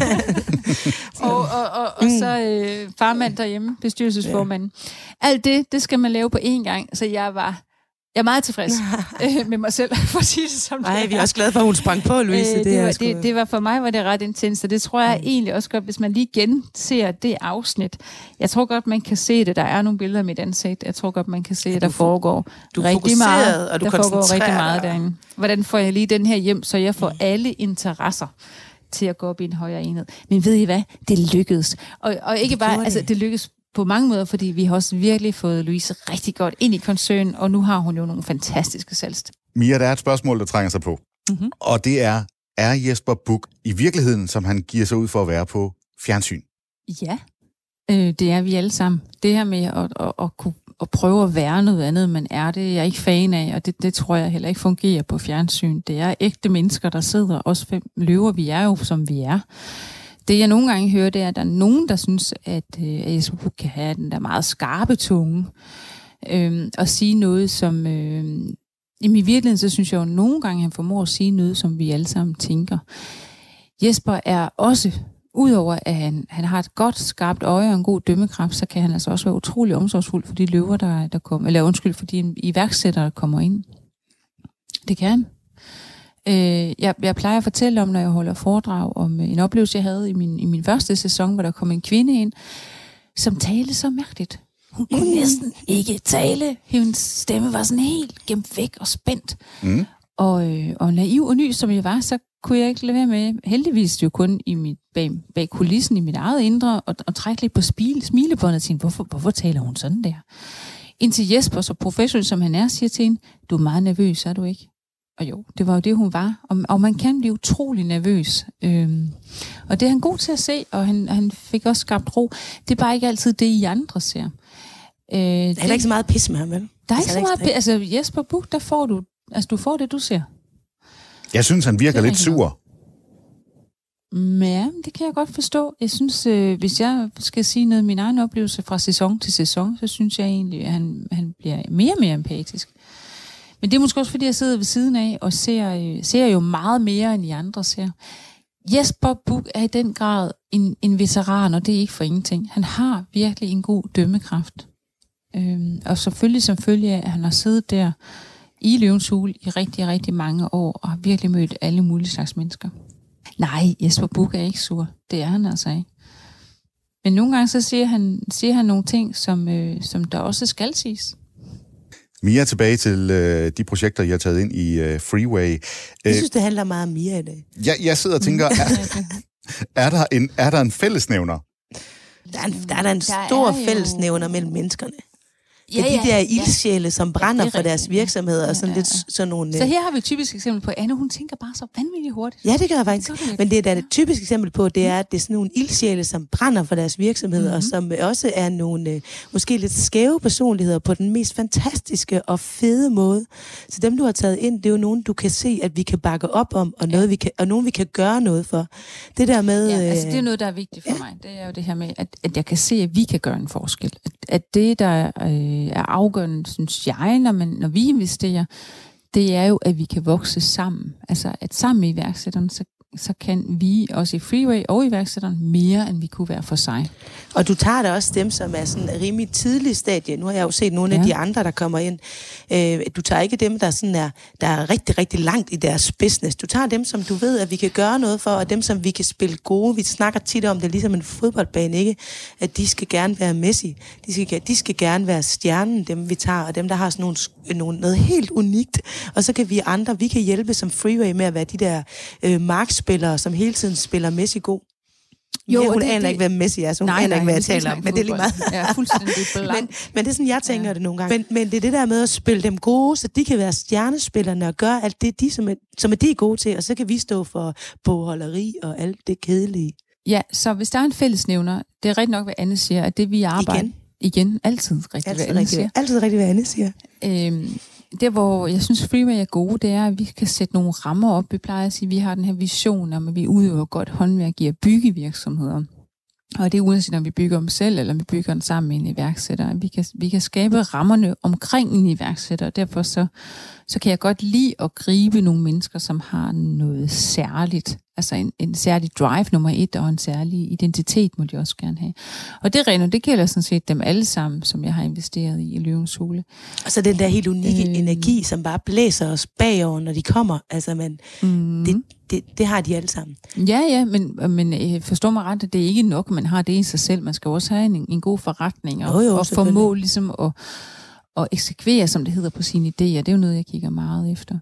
og så farmand derhjemme, bestyrelsesformanden. Alt det skal man lave på én gang, så jeg er meget tilfreds med mig selv, for at sige det som det. Nej, vi er også glade for, at hun sprang på, Louise. Det var for mig var det ret intens, og det tror jeg egentlig også godt, hvis man lige genser det afsnit. Jeg tror godt, man kan se det. Der er nogle billeder af mit ansigt. Jeg tror godt, man kan se, at der foregår rigtig meget. Og du der foregår rigtig meget derinde. Hvordan får jeg lige den her hjem, så jeg får alle interesser til at gå op i en højere enhed. Men ved I hvad? Det lykkedes. Og ikke bare, altså det lykkedes på mange måder, fordi vi har også virkelig fået Louise rigtig godt ind i koncernen, og nu har hun jo nogle fantastiske salgs. Mia, der er et spørgsmål, der trænger sig på. Mm-hmm. Og det er Jesper Buch i virkeligheden, som han giver sig ud for at være på fjernsyn? Ja, det er vi alle sammen. Det her med at prøve at være noget andet, men er det, jeg er ikke fan af, og det tror jeg heller ikke fungerer på fjernsyn. Det er ægte mennesker, der sidder, også 5 løver, vi er jo, som vi er. Det, jeg nogle gange hører, det er, at der er nogen, der synes, at Jesper Buch kan have den der meget skarpe tunge, og sige noget, som... I virkeligheden, så synes jeg jo nogle gange, han formår at sige noget, som vi alle sammen tænker. Jesper er også, udover at han har et godt, skarpt øje og en god dømmekraft, så kan han altså også være utrolig omsorgsfuld for de løver, der kommer, eller undskyld, for de iværksættere, der kommer ind. Det kan han. Jeg plejer at fortælle om, når jeg holder foredrag, om en oplevelse, jeg havde i min første sæson, hvor der kom en kvinde ind, som talte så mærkeligt. Hun kunne næsten ikke tale. Hendes stemme var sådan helt gemt væk og spændt. Og naiv og ny, som jeg var, så kunne jeg ikke lade være med, heldigvis jo kun i bag kulissen i mit eget indre, og trække lidt på smilebåndet og tænke, hvorfor taler hun sådan der? Indtil Jesper, så professionel som han er, siger til hende, du er meget nervøs, er du ikke? Og jo, det var jo det, hun var. Og man kan blive utrolig nervøs. Og det er han god til at se, og han fik også skabt ro. Det er bare ikke altid det, I andre ser. Der er ikke så meget pis med ham, vel? Der er ikke så meget pis. Altså Jesper Buch, der får du... Altså, du får det, du ser. Jeg synes, han virker lidt sur. Ja, det kan jeg godt forstå. Jeg synes, hvis jeg skal sige noget af min egen oplevelse fra sæson til sæson, så synes jeg egentlig, at han bliver mere og mere empatisk. Men det er måske også, fordi jeg sidder ved siden af og ser jo meget mere, end I andre ser. Jesper Buch er i den grad en veteran, og det er ikke for ingenting. Han har virkelig en god dømmekraft. Og selvfølgelig som følge af, at han har siddet der i Løvens Hule i rigtig, rigtig mange år, og har virkelig mødt alle mulige slags mennesker. Nej, Jesper Buch er ikke sur. Det er han altså ikke. Men nogle gange så siger han nogle ting, som der også skal siges. Mia, tilbage til de projekter, jeg har taget ind i Freeway. Jeg synes, det handler meget om Mia i dag. Jeg sidder og tænker, er der en fællesnævner? Der er en stor fællesnævner mellem menneskerne. Ja, de der ildsjæle, som brænder for deres virksomheder, og sådan lidt sådan nogle... Så her har vi et typisk eksempel på, Anne, hun tænker bare så vanvittigt hurtigt. Ja, det gør jeg faktisk. Men det er da et typisk eksempel på, det er, at det er sådan nogle ildsjæle, som brænder for deres virksomheder, og som også er nogle måske lidt skæve personligheder på den mest fantastiske og fede måde. Så dem, du har taget ind, det er jo nogen, du kan se, at vi kan bakke op om, og, nogen, vi kan gøre noget for. Det der med... Ja, altså det er noget, der er vigtigt for mig. Det er jo det her med, at jeg kan se, at vi kan gøre en forskel. At det, der er afgørende, synes jeg, når vi investerer, det er jo, at vi kan vokse sammen. Altså, at sammen med iværksætterne, så kan vi også i Freeway og iværksætteren mere, end vi kunne være for sig. Og du tager da også dem, som er sådan rimelig tidlig stadie. Nu har jeg jo set nogle af de andre, der kommer ind. Du tager ikke dem, der er rigtig, rigtig langt i deres business. Du tager dem, som du ved, at vi kan gøre noget for, og dem, som vi kan spille gode. Vi snakker tit om det, ligesom en fodboldbane, ikke? At de skal gerne være Messi. De skal gerne være stjernen, dem vi tager, og dem, der har sådan noget helt unikt. Og så kan vi andre, vi kan hjælpe som Freeway med at være de der markspillere, som hele tiden spiller Messi god. Jo, hun aner ikke, hvad Messi er, så hun aner ikke, hvad jeg taler om. Men det er lige meget. Ja, fuldstændig blank. men det er sådan, jeg tænker det nogle gange. Men det er det der med at spille dem gode, så de kan være stjernespillerne og gøre alt det, som er de gode til, og så kan vi stå for bogholderi og alt det kedelige. Ja, så hvis der er en fællesnævner, det er rigtigt nok, hvad Anne siger, at det vi arbejder... Igen, altid rigtigt, hvad Anne siger. Altid rigtigt, hvad Anne siger. Der, hvor jeg synes, Freeway er gode, det er, at vi kan sætte nogle rammer op. Vi plejer at sige, at vi har den her vision om, at vi udøver godt håndværk i at bygge virksomheder. Og det er uanset, om vi bygger dem selv, eller om vi bygger den sammen med en iværksætter. Vi kan skabe rammerne omkring en iværksætter, og derfor så kan jeg godt lide at gribe nogle mennesker, som har noget særligt. Altså en særlig drive, nummer 1, og en særlig identitet må de også gerne have. Og det gælder sådan set dem alle sammen, som jeg har investeret i Løvens Hule. Og så den der helt unikke energi, som bare blæser os bagover, når de kommer. Altså, det har de alle sammen. Ja, men forstå mig ret, at det er ikke nok, man har det i sig selv. Man skal også have en god forretning, og formå ligesom at eksekvere, som det hedder, på sine idéer. Det er jo noget, jeg kigger meget efter.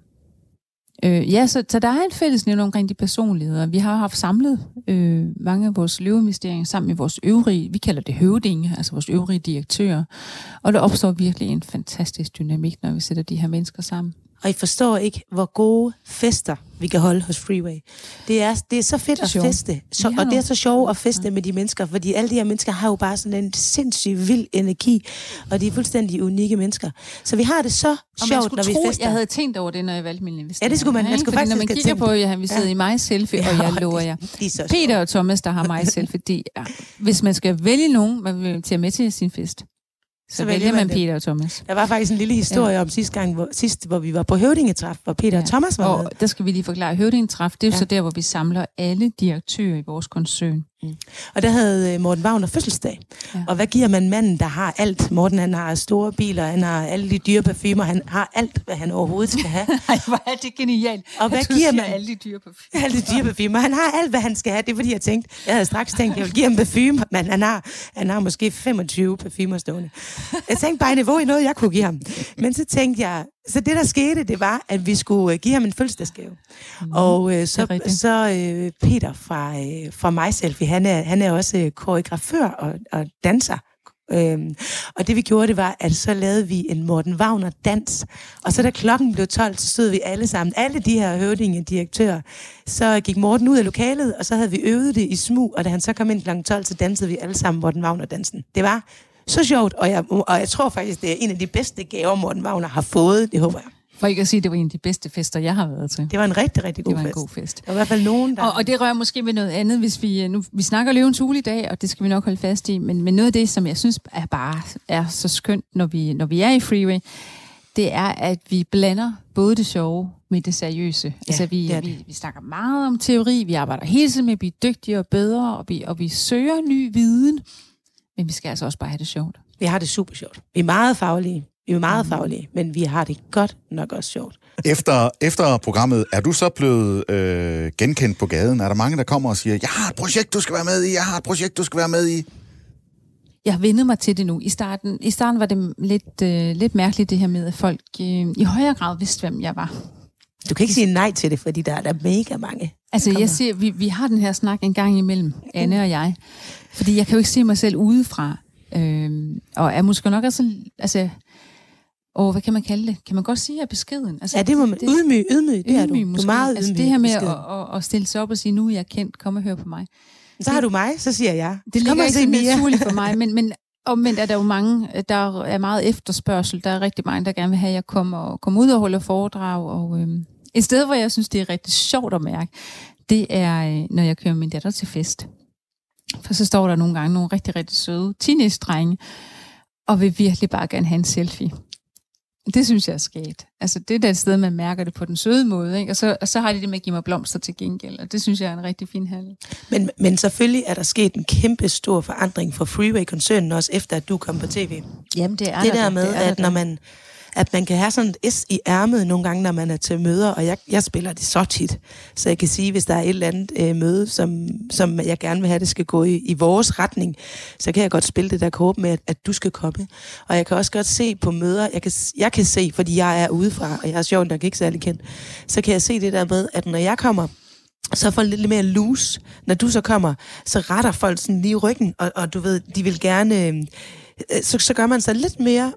Så der er en fællesnævner omkring de personligheder. Vi har haft samlet mange af vores løveinvesteringer sammen med vores øvrige, vi kalder det høvdinge, altså vores øvrige direktører. Og der opstår virkelig en fantastisk dynamik, når vi sætter de her mennesker sammen. Og I forstår ikke, hvor gode fester vi kan holde hos Freeway. Det er så fedt at feste, og det er så sjovt at feste med de mennesker, fordi alle de her mennesker har jo bare sådan en sindssygt vild energi, og de er fuldstændig unikke mennesker. Så vi har det så sjovt, når vi fester. Jeg havde tænkt over det, når jeg valgte min investering. Ja, det skulle man skulle faktisk når man kigger på, at vi sidder i MySelfie, og jeg lover jer. Peter og Thomas, der har MySelfie, hvis man skal vælge nogen, man vil tage med til sin fest, så vælger man Peter og Thomas. Der var faktisk en lille historie om sidst, hvor vi var på høvdingetræf, hvor Peter og Thomas var med. Og der skal vi lige forklare, høvdingetræf, det er jo så der, hvor vi samler alle direktører i vores koncern. Og der havde Morten Wagner fødselsdag. Ja. Og hvad giver man manden, der har alt? Morten, han har store biler, han har alle de dyre parfumer, han har alt, hvad han overhovedet skal have. Ej, hvor er det genialt. Og hvad giver man? Alle de dyre parfumer. Alle de dyre parfumer. Han har alt, hvad han skal have. Det er fordi, jeg havde straks tænkt, jeg vil give ham parfumer, men han har måske 25 parfumer stående. Jeg tænkte bare, niveau i noget, jeg kunne give ham. Men så tænkte jeg, så det, der skete, det var, at vi skulle give ham en fødselsdagsgave. Og så Peter fra MySelfie, han er også koreografør og danser. Og det vi gjorde, det var, at så lavede vi en Morten Wagner dans. Og så da klokken blev 12, så stod vi alle sammen, alle de her høvdinge, direktører. Så gik Morten ud af lokalet, og så havde vi øvet det i smug. Og da han så kom ind klokken 12, så dansede vi alle sammen Morten Wagner-dansen. Det var så sjovt, og jeg tror faktisk, det er en af de bedste gaver, Morten Wagner har fået. Det håber jeg. For ikke at sige, at det var en af de bedste fester, jeg har været til. Det var en rigtig, rigtig god fest. Det var en god fest. Der var i hvert fald nogen, der... Og det rører måske med noget andet, hvis vi snakker Løvens Hule i dag, og det skal vi nok holde fast i, men noget af det, som jeg synes er så skønt, når vi er i Freeway, det er, at vi blander både det sjove med det seriøse. Ja, altså vi snakker meget om teori, vi arbejder hele tiden med at blive dygtigere og bedre, og vi søger ny viden, men vi skal altså også bare have det sjovt. Vi har det super sjovt. Vi er meget faglige. Men vi har det godt nok også sjovt. Efter programmet, er du så blevet genkendt på gaden? Er der mange, der kommer og siger, jeg har et projekt, du skal være med i? Jeg har vendet mig til det nu. I starten var det lidt mærkeligt, det her med, at folk i højere grad vidste, hvem jeg var. Du kan ikke sige nej til det, fordi der er mega mange. Altså, jeg siger, vi har den her snak en gang imellem, Anne og jeg. Fordi jeg kan jo ikke se mig selv udefra. Og er måske nok også... Altså, hvad kan man kalde det? Kan man godt sige, at jeg er beskeden? Altså, ja, det må man. Ydmyg, det er du. Du er meget ydmyg. Altså, det her med at stille sig op og sige, nu er jeg kendt, kom og hør på mig. Så har du mig, så siger jeg. Det ligger ikke så naturligt for mig, men omvendt er der jo mange, der er meget efterspørgsel. Der er rigtig mange, der gerne vil have, at jeg kommer ud og holder foredrag. Og et sted, hvor jeg synes, det er rigtig sjovt at mærke, det er, når jeg kører min datter til fest. For så står der nogle gange nogle rigtig, rigtig søde teenage-drenge, og vil virkelig bare gerne have en selfie. Det synes jeg er sket. Altså, det er et sted, man mærker det på den søde måde, ikke? Og så har de det med at give mig blomster til gengæld, og det synes jeg er en rigtig fin handel. Men selvfølgelig er der sket en kæmpe stor forandring for Freeway-koncernen, også efter at du kom på tv. Jamen, det er det der med, at når man kan have sådan et S i ærmet nogle gange, når man er til møder, og jeg spiller det så tit, så jeg kan sige, hvis der er et eller andet møde, som jeg gerne vil have, det skal gå i vores retning, så kan jeg godt spille det der kort med, at du skal komme. Og jeg kan også godt se på møder, jeg kan se, fordi jeg er udefra, og jeg er sjovt, der kan ikke særlig kendt, så kan jeg se det der med, at når jeg kommer, så får lidt mere loose. Når du så kommer, så retter folk sådan lige ryggen, og du ved, de vil gerne... Så gør man sig lidt mere,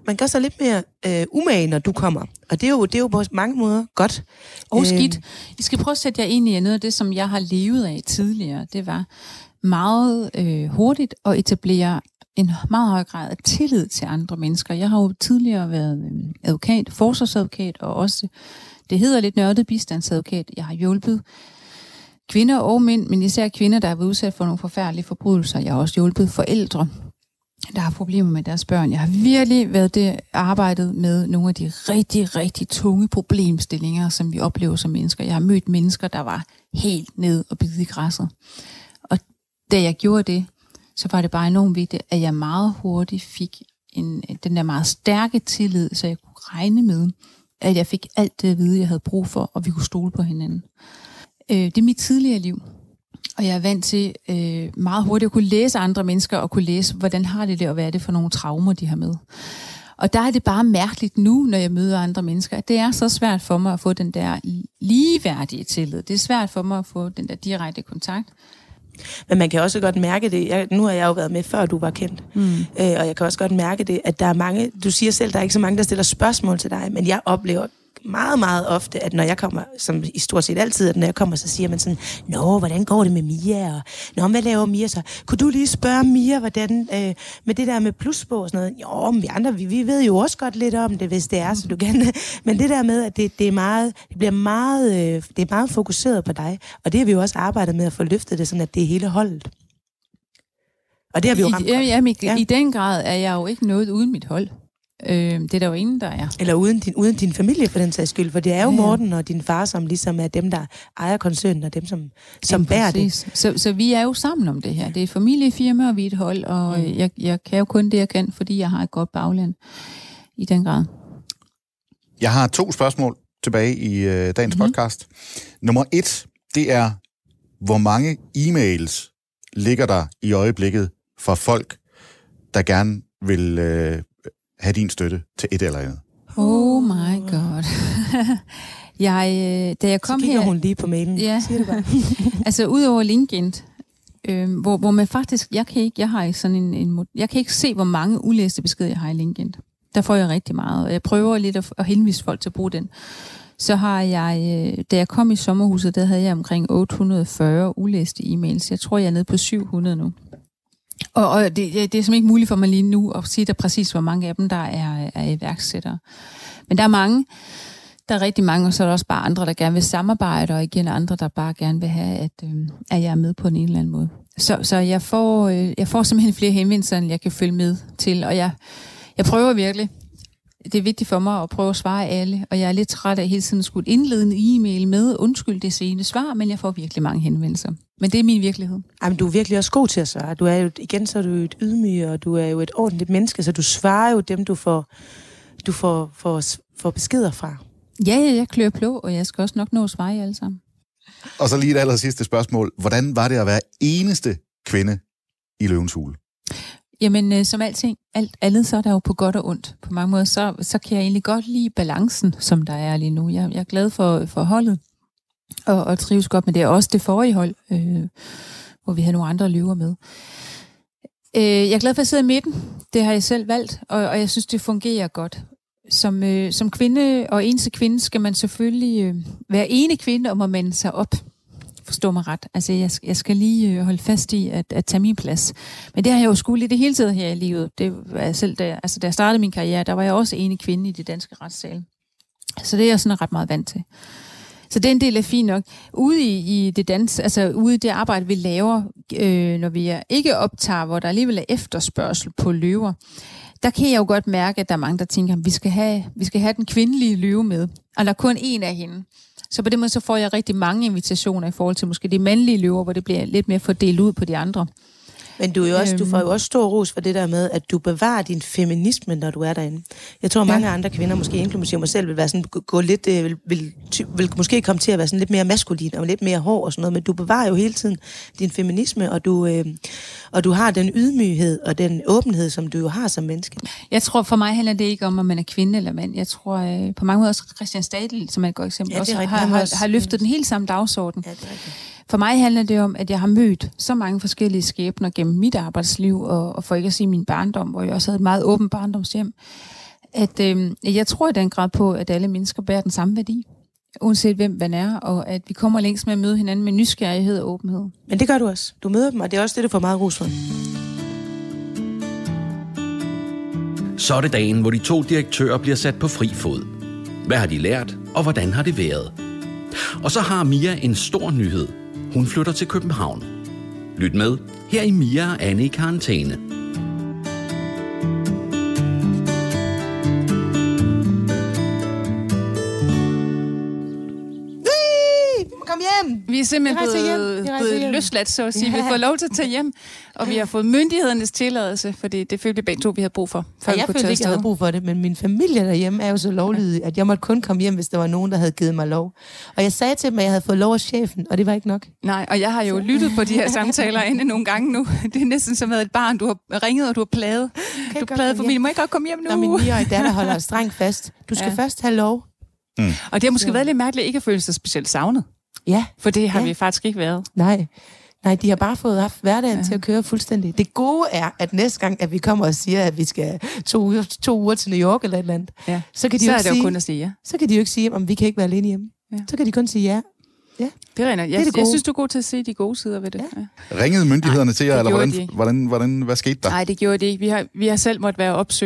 umage, når du kommer. Og det er jo på mange måder godt. Og skidt. I skal prøve at sætte jer ind i noget af det, som jeg har levet af tidligere. Det var meget hurtigt at etablere en meget høj grad af tillid til andre mennesker. Jeg har jo tidligere været advokat, forsvarsadvokat, og også, det hedder lidt nørdet, bistandsadvokat. Jeg har hjulpet kvinder og mænd, men især kvinder, der har været udsat for nogle forfærdelige forbrydelser. Jeg har også hjulpet forældre, der har problemer med deres børn. Jeg har virkelig arbejdet med nogle af de rigtig, rigtig tunge problemstillinger, som vi oplever som mennesker. Jeg har mødt mennesker, der var helt ned og bide i græsset. Og da jeg gjorde det, så var det bare enormt vigtigt, at jeg meget hurtigt fik den der meget stærke tillid, så jeg kunne regne med, at jeg fik alt det at vide, jeg havde brug for, og vi kunne stole på hinanden. Det er mit tidligere liv. Og jeg er vant til meget hurtigt at kunne læse andre mennesker, og kunne læse, hvordan har det og hvad er det for nogle traumer, de har med. Og der er det bare mærkeligt nu, når jeg møder andre mennesker, at det er så svært for mig at få den der ligeværdige tillid. Det er svært for mig at få den der direkte kontakt. Men man kan også godt mærke det. Nu har jeg jo været med, før du var kendt. Og jeg kan også godt mærke det, at der er mange... Du siger selv, der er ikke så mange, der stiller spørgsmål til dig, men jeg oplever meget, meget ofte, at når jeg kommer, som i stort set altid, at når jeg kommer, så siger man sådan, nå, hvordan går det med Mia? Og, nå, hvad laver Mia så? Kunne du lige spørge Mia, hvordan, med det der med plusbog og sådan noget? Jo, men vi andre, vi ved jo også godt lidt om det, hvis det er, så du kan. Men det der med, at det er meget fokuseret på dig, og det har vi jo også arbejdet med at få løftet det, sådan at det er hele holdet. Og det har vi jo ramt godt. I den grad er jeg jo ikke noget uden mit hold. Det er der jo ingen, der er. Eller uden din familie, for den sags skyld. For det er jo Morten og din far, som ligesom er dem, der ejer koncernen, og dem, som bærer det. Så vi er jo sammen om det her. Det er et familiefirma, og vi er et hold, og jeg kan jo kun det, jeg kan, fordi jeg har et godt bagland i den grad. Jeg har 2 spørgsmål tilbage i dagens podcast. Nummer 1, det er, hvor mange e-mails ligger der i øjeblikket fra folk, der gerne vil have din støtte til et eller andet? Oh my god. Da jeg kom så kigger her, hun lige på mailen. Ja. Siger det bare. Altså udover LinkedIn, hvor man faktisk, jeg kan ikke se, hvor mange ulæste beskeder jeg har i LinkedIn. Der får jeg rigtig meget, og jeg prøver lidt at henvise folk til at bruge den. Så har jeg, da jeg kom i sommerhuset, der havde jeg omkring 840 ulæste e-mails. Jeg tror, jeg er nede på 700 nu. Og det er simpelthen ikke muligt for mig lige nu at sige der præcis, hvor mange af dem, der er iværksættere. Men der er mange. Der er rigtig mange, og så er der også bare andre, der gerne vil samarbejde, og igen andre, der bare gerne vil have, at jeg er med på en eller anden måde. Så jeg får simpelthen flere henvendelser, end jeg kan følge med til, og jeg prøver virkelig. Det er vigtigt for mig at prøve at svare alle, og jeg er lidt træt af hele tiden at skulle indlede en e-mail med, undskyld det sene svar, men jeg får virkelig mange henvendelser. Men det er min virkelighed. Jamen, du er virkelig også god til at svare. Du er jo, igen, så er du et ydmyg, og du er jo et ordentligt menneske, så du svarer jo dem, du får beskeder fra. Ja, jeg klør på, og jeg skal også nok nå at svare jer alle sammen. Og så lige et aller sidste spørgsmål. Hvordan var det at være eneste kvinde i Løvens Hule? Jamen, som alting, alt andet, så er der jo på godt og ondt. På mange måder, så kan jeg egentlig godt lide balancen, som der er lige nu. Jeg er glad for holdet, og trives godt, men det er også det forrige hold, hvor vi havde nogle andre løver med. Jeg er glad for at sidde i midten. Det har jeg selv valgt, og jeg synes, det fungerer godt. Som kvinde og eneste kvinde skal man selvfølgelig være ene kvinde og må mande sig op. Forstå mig ret. Altså, jeg skal lige holde fast i at tage min plads. Men det har jeg jo skulle i det hele taget her i livet. Det var selv, da jeg startede min karriere, der var jeg også ene kvinde i det danske retssal. Så det er jeg sådan ret meget vant til. Så den del er fint nok. Ude i det arbejde, vi laver, når vi ikke optager, hvor der alligevel er efterspørgsel på løver, der kan jeg jo godt mærke, at der er mange, der tænker, at vi skal have den kvindelige løve med. Og der er kun én af hende. Så på den måde så får jeg rigtig mange invitationer i forhold til måske de mandlige løver, hvor det bliver lidt mere fordelt ud på de andre. Men du får jo også stor ros for det der med, at du bevarer din feminisme, når du er derinde. Jeg tror, mange andre kvinder, måske inklusive mig selv, vil være sådan, gå lidt, vil måske komme til at være sådan lidt mere maskulin og lidt mere hård og sådan noget, men du bevarer jo hele tiden din feminisme, og du har den ydmyghed og den åbenhed, som du jo har som menneske. Jeg tror, for mig handler det ikke om, om man er kvinde eller mand. Jeg tror på mange måder også Christian Stadil, som er et godt eksempel, også har løftet den helt samme dagsorden. Ja, det er rigtigt. For mig handler det om, at jeg har mødt så mange forskellige skæbner gennem mit arbejdsliv, og for ikke at sige min barndom, hvor jeg også havde et meget åbent barndomshjem, at jeg tror i den grad på, at alle mennesker bærer den samme værdi, uanset hvem man er, og at vi kommer længst med at møde hinanden med nysgerrighed og åbenhed. Men det gør du også. Du møder dem, og det er også det, du får meget ros for. Så er det dagen, hvor de 2 direktører bliver sat på fri fod. Hvad har de lært, og hvordan har det været? Og så har Mia en stor nyhed. Hun flytter til København. Lyt med her i Mia og Anne i karantæne. Kom hjem! Vi er simpelthen blevet løsladt, så at sige. Vi får lov til at tage hjem, og vi har fået myndighedernes tilladelse, fordi det følte vi begge to, vi havde brug for. Jeg følte ikke, jeg havde brug for det, men min familie derhjemme er jo så lovlydig, at jeg måtte kun komme hjem, hvis der var nogen, der havde givet mig lov. Og jeg sagde til dem, at jeg havde fået lov af chefen, og det var ikke nok. Nej, og jeg har jo lyttet på de her samtaler inde nogle gange nu. Det er næsten som et barn, du har ringet, og du har plaget. Du har plaget familien. Må ikke godt komme hjem nu? Når min 9-årige datter holder strengt fast. Du skal først have lov. Og det har måske været lidt mærkeligt ikke at føle sig specielt savnet. Ja. For det har vi faktisk ikke været. Nej, de har bare haft hverdagen til at køre fuldstændig. Det gode er, at næste gang, at vi kommer og siger, at vi skal 2 uger til New York eller et eller andet, så kan de jo sige, kun at sige ja. Så kan de jo ikke sige, om vi kan ikke være alene hjemme. Ja. Så kan de kun sige ja. Ja. Det er rent. Jeg synes, du er god til at se de gode sider ved det. Ja. Ringede myndighederne til jer, eller hvad skete der? Nej, det gjorde de ikke. Vi har selv måttet være opsøgende.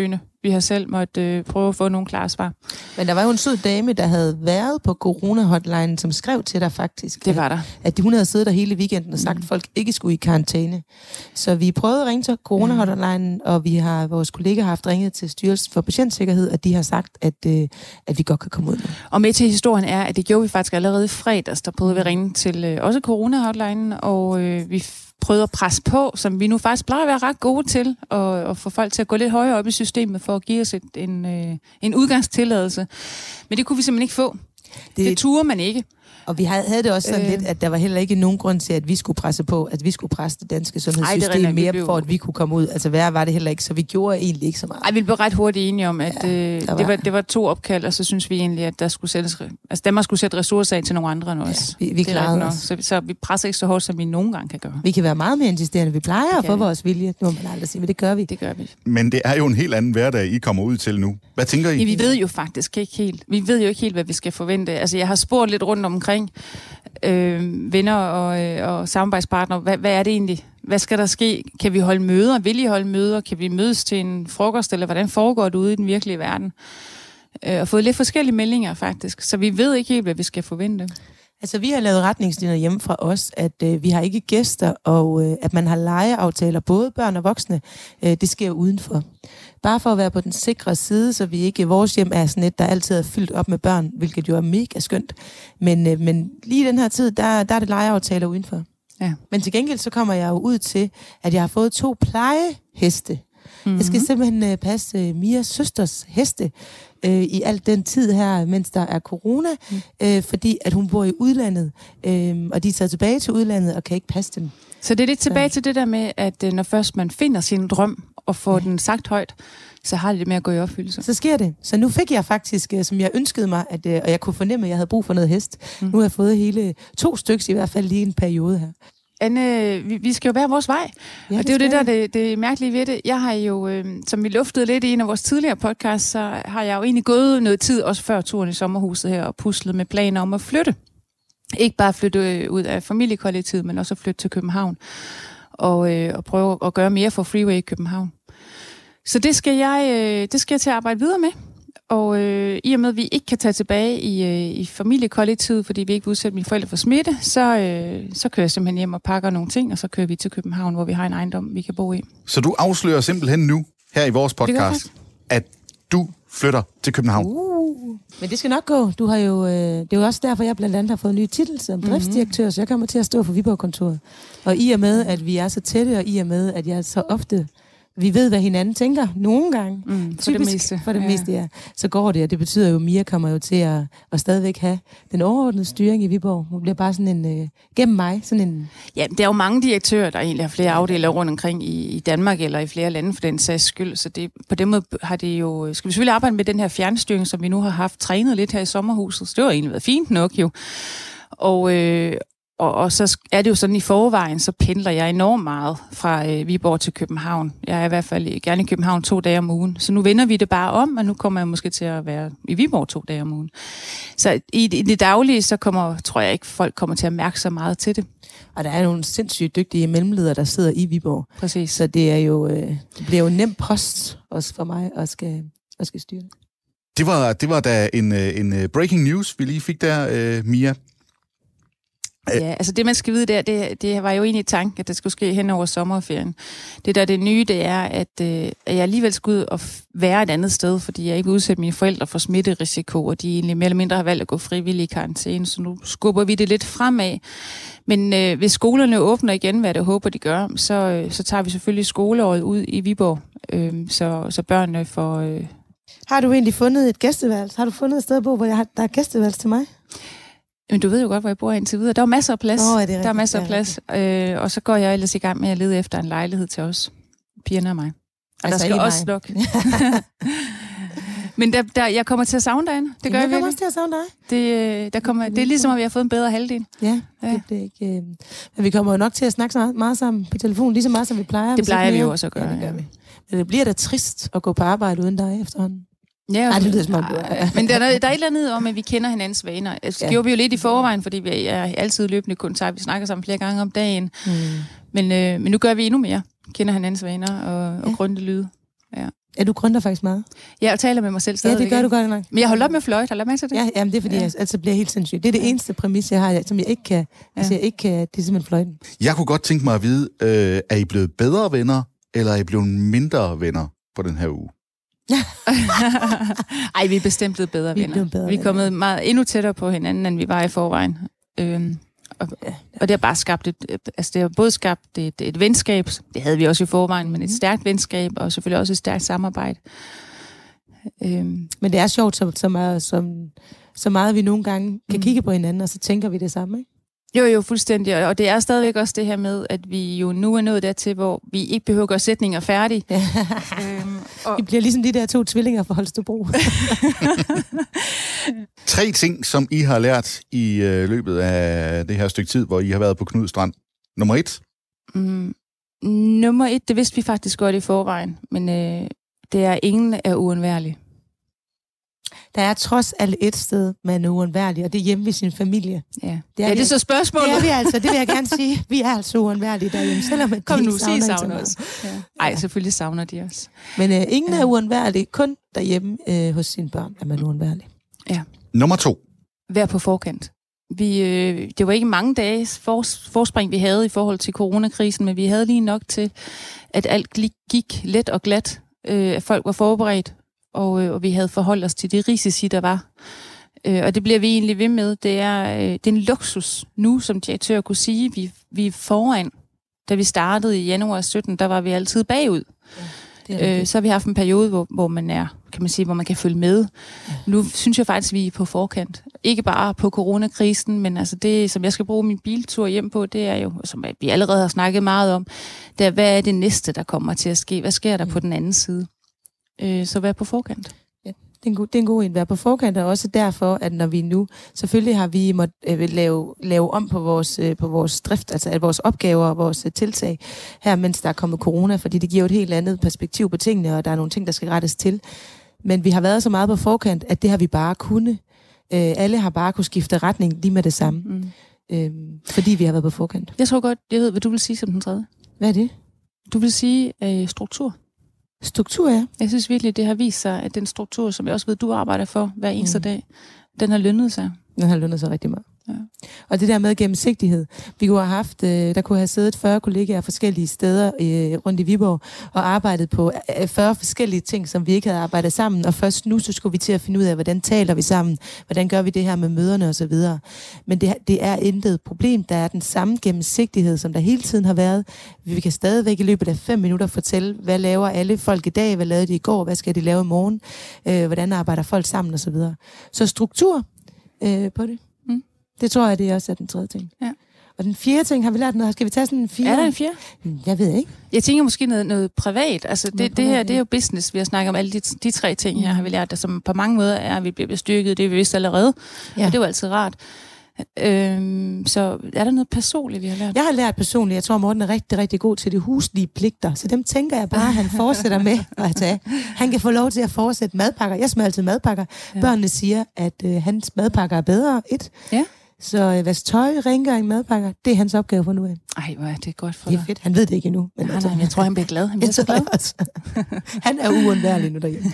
Vi har selv måtte prøve at få nogle klare svar. Men der var jo en sød dame, der havde været på corona-hotline, som skrev til dig faktisk. Det var der. At hun havde siddet der hele weekenden og sagt, at folk ikke skulle i karantæne. Så vi prøvede at ringe til corona-hotline, og vores kollegaer har haft ringet til Styrelsen for Patientsikkerhed, og de har sagt, at vi godt kan komme ud med. Og med til historien er, at det gjorde vi faktisk allerede i fredags. Der prøvede vi at ringe til også corona-hotline, og vi prøvede at presse på, som vi nu faktisk plejer at være ret gode til, og få folk til at gå lidt højere op i systemet for at give os en udgangstilladelse. Men det kunne vi simpelthen ikke få. Det turde man ikke. Og vi havde det også sådan lidt, at der var heller ikke nogen grund til, at vi skulle presse på, at vi skulle presse det danske sundhedssystem mere, for at vi kunne komme ud. Altså værre var det heller ikke, så vi gjorde egentlig ikke så meget. Vi blev ret hurtigt enige om, at det var 2 opkald, og så synes vi egentlig, at der skulle Danmark skulle sætte ressourcer af til nogle andre end os. Ja, vi klarede os. Så vi presser ikke så hårdt, som vi nogle gange kan gøre. Vi kan være meget mere insisterende. Vi plejer at få vores vilje. Nu må man aldrig sige, men det gør vi. Det gør vi. Men det er jo en helt anden hverdag, I kommer ud til nu. Hvad tænker I? Ja, vi ved jo faktisk ikke helt. Vi ved jo ikke helt, hvad vi skal forvente. Altså, jeg har spurgt lidt rundt omkring venner og samarbejdspartnere. Hvad er det egentlig? Hvad skal der ske? Kan vi holde møder? Vil I holde møder? Kan vi mødes til en frokost? Eller hvordan foregår det ude i den virkelige verden? Og fået lidt forskellige meldinger, faktisk. Så vi ved ikke helt, hvad vi skal forvente. Altså, vi har lavet retningslinjer hjemme fra os, at vi har ikke gæster, og at man har legeaftaler, både børn og voksne. Det sker udenfor. Bare for at være på den sikre side, så vi ikke, vores hjem er sådan et, der altid er fyldt op med børn, hvilket jo er mega skønt. Men lige i den her tid, der er det legeaftaler udenfor. Ja. Men til gengæld, så kommer jeg jo ud til, at jeg har fået 2 plejeheste. Jeg skal simpelthen passe Mias søsters heste i al den tid her, mens der er corona, fordi at hun bor i udlandet, og de er taget tilbage til udlandet og kan ikke passe dem. Så det er lidt tilbage til det der med, at når først man finder sin drøm og får den sagt højt, så har det med at gå i opfyldelse. Så sker det. Så nu fik jeg faktisk, som jeg ønskede mig, og jeg kunne fornemme, at jeg havde brug for noget hest. Nu har jeg fået hele 2 stykker, i hvert fald lige en periode her. Anne, vi skal jo være vores vej. Ja, og det er jo det der det mærkelige ved det. Jeg har jo, som vi luftede lidt i en af vores tidligere podcasts, så har jeg jo egentlig gået noget tid, også før turen i sommerhuset her, og puslet med planer om at flytte. Ikke bare flytte ud af familiekollektivet, men også at flytte til København. Og prøve at gøre mere for Freeway i København. Så det skal jeg til at arbejde videre med. Og i og med, at vi ikke kan tage tilbage i familiekollektivet, fordi vi ikke vil udsætte mine forældre for smitte, så kører jeg simpelthen hjem og pakker nogle ting, og så kører vi til København, hvor vi har en ejendom, vi kan bo i. Så du afslører simpelthen nu, her i vores podcast, at du flytter til København? Men det skal nok gå. Du har jo, det er jo også derfor, jeg blandt andet har fået en ny titel som driftsdirektør, så jeg kommer til at stå for Viborg-kontoret. Og i og med, at vi er så tætte, og i og med, at jeg så ofte... Vi ved, hvad hinanden tænker nogle gange. Typisk, for det meste, ja. Så går det, og det betyder jo, at Mia kommer jo til at stadigvæk have den overordnede styring i Viborg. Hun bliver bare sådan en, gennem mig, sådan en... Ja, der er jo mange direktører, der egentlig har flere afdelinger rundt omkring i Danmark, eller i flere lande for den sags skyld. Så det, på den måde har det jo... Skal vi selvfølgelig arbejde med den her fjernstyring, som vi nu har haft trænet lidt her i sommerhuset. Så det har egentlig været fint nok jo. Og så er det jo sådan, i forvejen, så pendler jeg enormt meget fra Viborg til København. Jeg er i hvert fald gerne i København 2 dage om ugen. Så nu vender vi det bare om, og nu kommer jeg måske til at være i Viborg 2 dage om ugen. Så i det daglige, så tror jeg ikke, folk kommer til at mærke så meget til det. Og der er nogle sindssygt dygtige mellemledere, der sidder i Viborg. Præcis. Så det er jo, det bliver jo en nem post også for mig at skal styre. Det var da en breaking news, vi lige fik der, Mia. Ja, altså det man skal vide der, det var jo egentlig tanken, at det skulle ske hen over sommerferien. Det nye, det er, at jeg alligevel skal ud og være et andet sted, fordi jeg ikke vil udsætte mine forældre for smitterisiko, og de egentlig mere eller mindre har valgt at gå frivillig i karantæne, så nu skubber vi det lidt fremad. Men hvis skolerne åbner igen, hvad jeg håber, de gør, så tager vi selvfølgelig skoleåret ud i Viborg, så børnene får... Har du egentlig fundet et gæsteværelse? Har du fundet et sted, hvor der er gæsteværelse til mig? Men du ved jo godt, hvor jeg bor indtil videre. Der er masser af plads. Der er masser af plads. Og så går jeg ellers i gang med at lede efter en lejlighed til os. Pigerne og mig. Og altså der skal også nok. Men jeg kommer til at savne dig, Anne. Det gør jeg kommer også til at savne dig. Det er ligesom, at vi har fået en bedre halvdel. Ja. Det er ikke... Men vi kommer jo nok til at snakke så meget sammen på telefon, lige så meget, som vi plejer. Det plejer vi jo også at gøre. Ja, det gør vi. Men det bliver da trist at gå på arbejde uden dig efterhånden. Ja, det lyder smart. Men der er et eller andet om, at vi kender hinandens vaner. Det gjorde vi jo lidt i forvejen, fordi vi er altid løbende kontakt. Vi snakker sammen flere gange om dagen. Men nu gør vi endnu mere. Kender hinandens vaner og grunde lyde. Ja. Ja, du grønter faktisk meget. Jeg taler med mig selv stadigvæk. Ja, det gør du godt nok. Men jeg holder op med fløjt. Har du lagt mærke til det? Ja, jamen det er fordi, jeg altså bliver helt sindssygt. Det er det eneste præmis, jeg har, som jeg ikke kan. Altså, jeg ikke kan, det er simpelthen fløjten. Jeg kunne godt tænke mig at vide, er I blevet bedre venner, eller er I blevet mindre venner på den her uge? Ej, vi er bestemt blevet bedre venner. Vi er kommet meget endnu tættere på hinanden, end vi var i forvejen. Og det har bare skabt det har både skabt et venskab, det havde vi også i forvejen, men et stærkt venskab, og selvfølgelig også et stærkt samarbejde. Men det er sjovt, så meget vi nogle gange kan kigge på hinanden, og så tænker vi det samme, ikke? Jo, fuldstændig. Og det er stadigvæk også det her med, at vi jo nu er nået dertil, hvor vi ikke behøver at gøre sætninger færdige. Vi bliver ligesom de der 2 tvillinger fra Holstebro. 3 ting, som I har lært i løbet af det her stykke tid, hvor I har været på Knud Strand. Nummer 1? Nummer 1, det vidste vi faktisk godt i forvejen, men det er ingen er uundværlig. Der er trods alt et sted, man er uundværlig, og det er hjemme ved sin familie. Ja, det er så spørgsmålet. Det er vi altså, det vil jeg gerne sige. Vi er altså uundværlige derhjemme, selvom at kom nu, sig savner os. Ej, selvfølgelig savner de os. Men ingen er uundværlig, kun derhjemme hos sine børn er man uundværlig. Ja. Nummer 2. Vær på forkant. Det var ikke mange dages forspring, vi havde i forhold til coronakrisen, men vi havde lige nok til, at alt gik let og glat. At folk var forberedt, og vi havde forholdt os til de risici, der var. Og det bliver vi egentlig ved med. Det er en luksus nu, som direktør kunne sige. Vi er foran. Da vi startede i januar 17, der var vi altid bagud. Ja, så har vi haft en periode, hvor man er, kan man sige, hvor man kan følge med. Ja. Nu synes jeg faktisk, vi er på forkant. Ikke bare på coronakrisen, men altså det, som jeg skal bruge min biltur hjem på, det er jo, som vi allerede har snakket meget om, det er, hvad er det næste, der kommer til at ske? Hvad sker der på den anden side? Så vær på forkant. Ja, det er en god en. Vær på forkant, og også derfor, at når vi nu, selvfølgelig har vi måttet lave om på vores drift, altså vores opgaver og vores tiltag her, mens der er kommet corona, fordi det giver jo et helt andet perspektiv på tingene, og der er nogle ting, der skal rettes til. Men vi har været så meget på forkant, at det har vi bare kunnet. Alle har bare kunne skifte retning lige med det samme. Fordi vi har været på forkant. Jeg tror godt, jeg ved, hvad du vil sige som den tredje. Hvad er det? Du vil sige struktur. Struktur, ja. Jeg synes virkelig, det har vist sig, at den struktur, som jeg også ved, du arbejder for hver eneste dag, den har lønnet sig. Den har lønnet sig rigtig meget. Ja. Og det der med gennemsigtighed. Vi kunne have haft, der kunne have siddet 40 kollegaer forskellige steder rundt i Viborg og arbejdet på 40 forskellige ting, som vi ikke havde arbejdet sammen. Og først nu, så skulle vi til at finde ud af, hvordan taler vi sammen? Hvordan gør vi det her med møderne osv.? Men det er intet problem. Der er den samme gennemsigtighed, som der hele tiden har været. Vi kan stadigvæk i løbet af 5 minutter fortælle, hvad laver alle folk i dag? Hvad lavede de i går? Hvad skal de lave i morgen? Hvordan arbejder folk sammen osv.? Så struktur på det. Det tror jeg, det er også den tredje ting. Ja. Og den fjerde ting, har vi lært noget? Skal vi tage sådan en fjerde? Er der en fjerde? Jeg ved ikke. Jeg tænker måske noget privat. Altså det her, det er jo business. Vi har snakket om alle de 3 ting her, har vi lært, der som på mange måder er, at vi bliver bestyrket. Det er vi vist allerede. Ja. Og det er jo altid rart. Så er der noget personligt, vi har lært? Jeg har lært personligt. Jeg tror, Morten er rigtig, rigtig god til de huslige pligter. Så dem tænker jeg bare, at han fortsætter med at tage. Han kan få lov til at fortsætte madpakker. Jeg smager altid madpakker. Ja. Børnene siger, at hans madpakker er bedre. Ja. Så vask tøj, rengøring, madpakker, det er hans opgave for nu af. Ej, hvor er det godt for dig. Det er fedt. Han ved det ikke endnu. Men nej, jeg tror, han bliver glad. Han bliver så glad. Han er uundværlig nu derhjemme.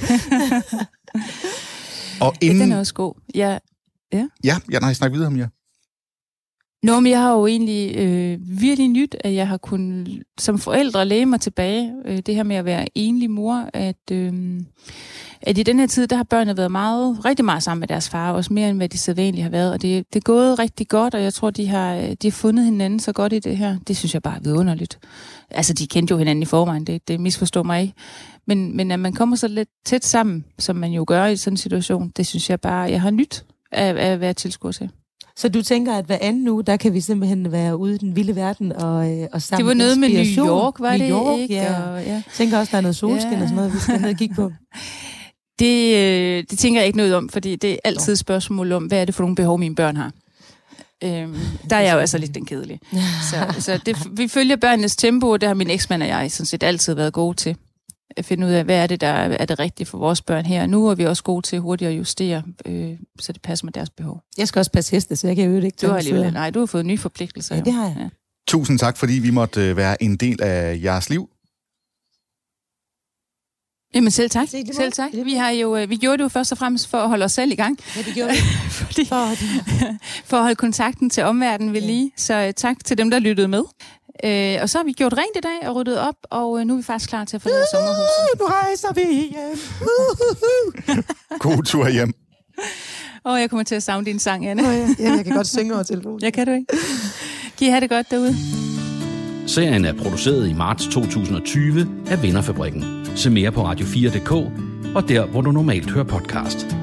Og inden... Ja, den er også god. Ja, nej, snak videre om jer. Nå, men jeg har jo egentlig virkelig nyt, at jeg har kunnet som forældre læge mig tilbage. Det her med at være enlig mor, at i den her tid, der har børnene været rigtig meget sammen med deres far, også mere end hvad de sædvanligt har været. Og det er gået rigtig godt, og jeg tror, de har fundet hinanden så godt i det her. Det synes jeg bare er vidunderligt. Altså, de kendte jo hinanden i forvejen, det misforstår mig ikke. Men at man kommer så lidt tæt sammen, som man jo gør i sådan en situation, det synes jeg bare, jeg har nyt at være tilskuer til. Så du tænker, at hver anden uge, der kan vi simpelthen være ude i den vilde verden og sammen. Det var noget med New York, var det ikke? Ja. Jeg tænker også, der er noget solskin og sådan noget, vi skal ned og kigge på. Det tænker jeg ikke noget om, fordi det er altid et spørgsmål om, hvad er det for nogle behov, mine børn har. Der er jeg jo altså lidt den kedelige. Så vi følger børnenes tempo, og det har min eksmand og jeg sådan set altid været gode til. At finde ud af, hvad er det, der er det rigtige for vores børn her. Nu er vi også gode til hurtigt at justere, så det passer med deres behov. Jeg skal også passe heste, så jeg kan jo ikke tage. Du har fået nye forpligtelser. Ja, det har jeg. Ja. Tusind tak, fordi vi måtte være en del af jeres liv. Jamen selv tak. Selv tak. Vi gjorde det jo først og fremmest for at holde os selv i gang. Ja, det gjorde vi. For at holde kontakten til omverdenen ved lige. Så tak til dem, der lyttede med. Og så har vi gjort rent i dag og ryddet op, og nu er vi faktisk klar til at forlade sommerhuset. Nu rejser vi hjem. God tur hjem. Jeg kommer til at savne din sang, Anne. Ja, jeg kan godt synge over telefonen. Jeg kan du ikke. Kan I have det godt derude? Serien er produceret i marts 2020 af Vinderfabrikken. Se mere på radio4.dk og der, hvor du normalt hører podcast.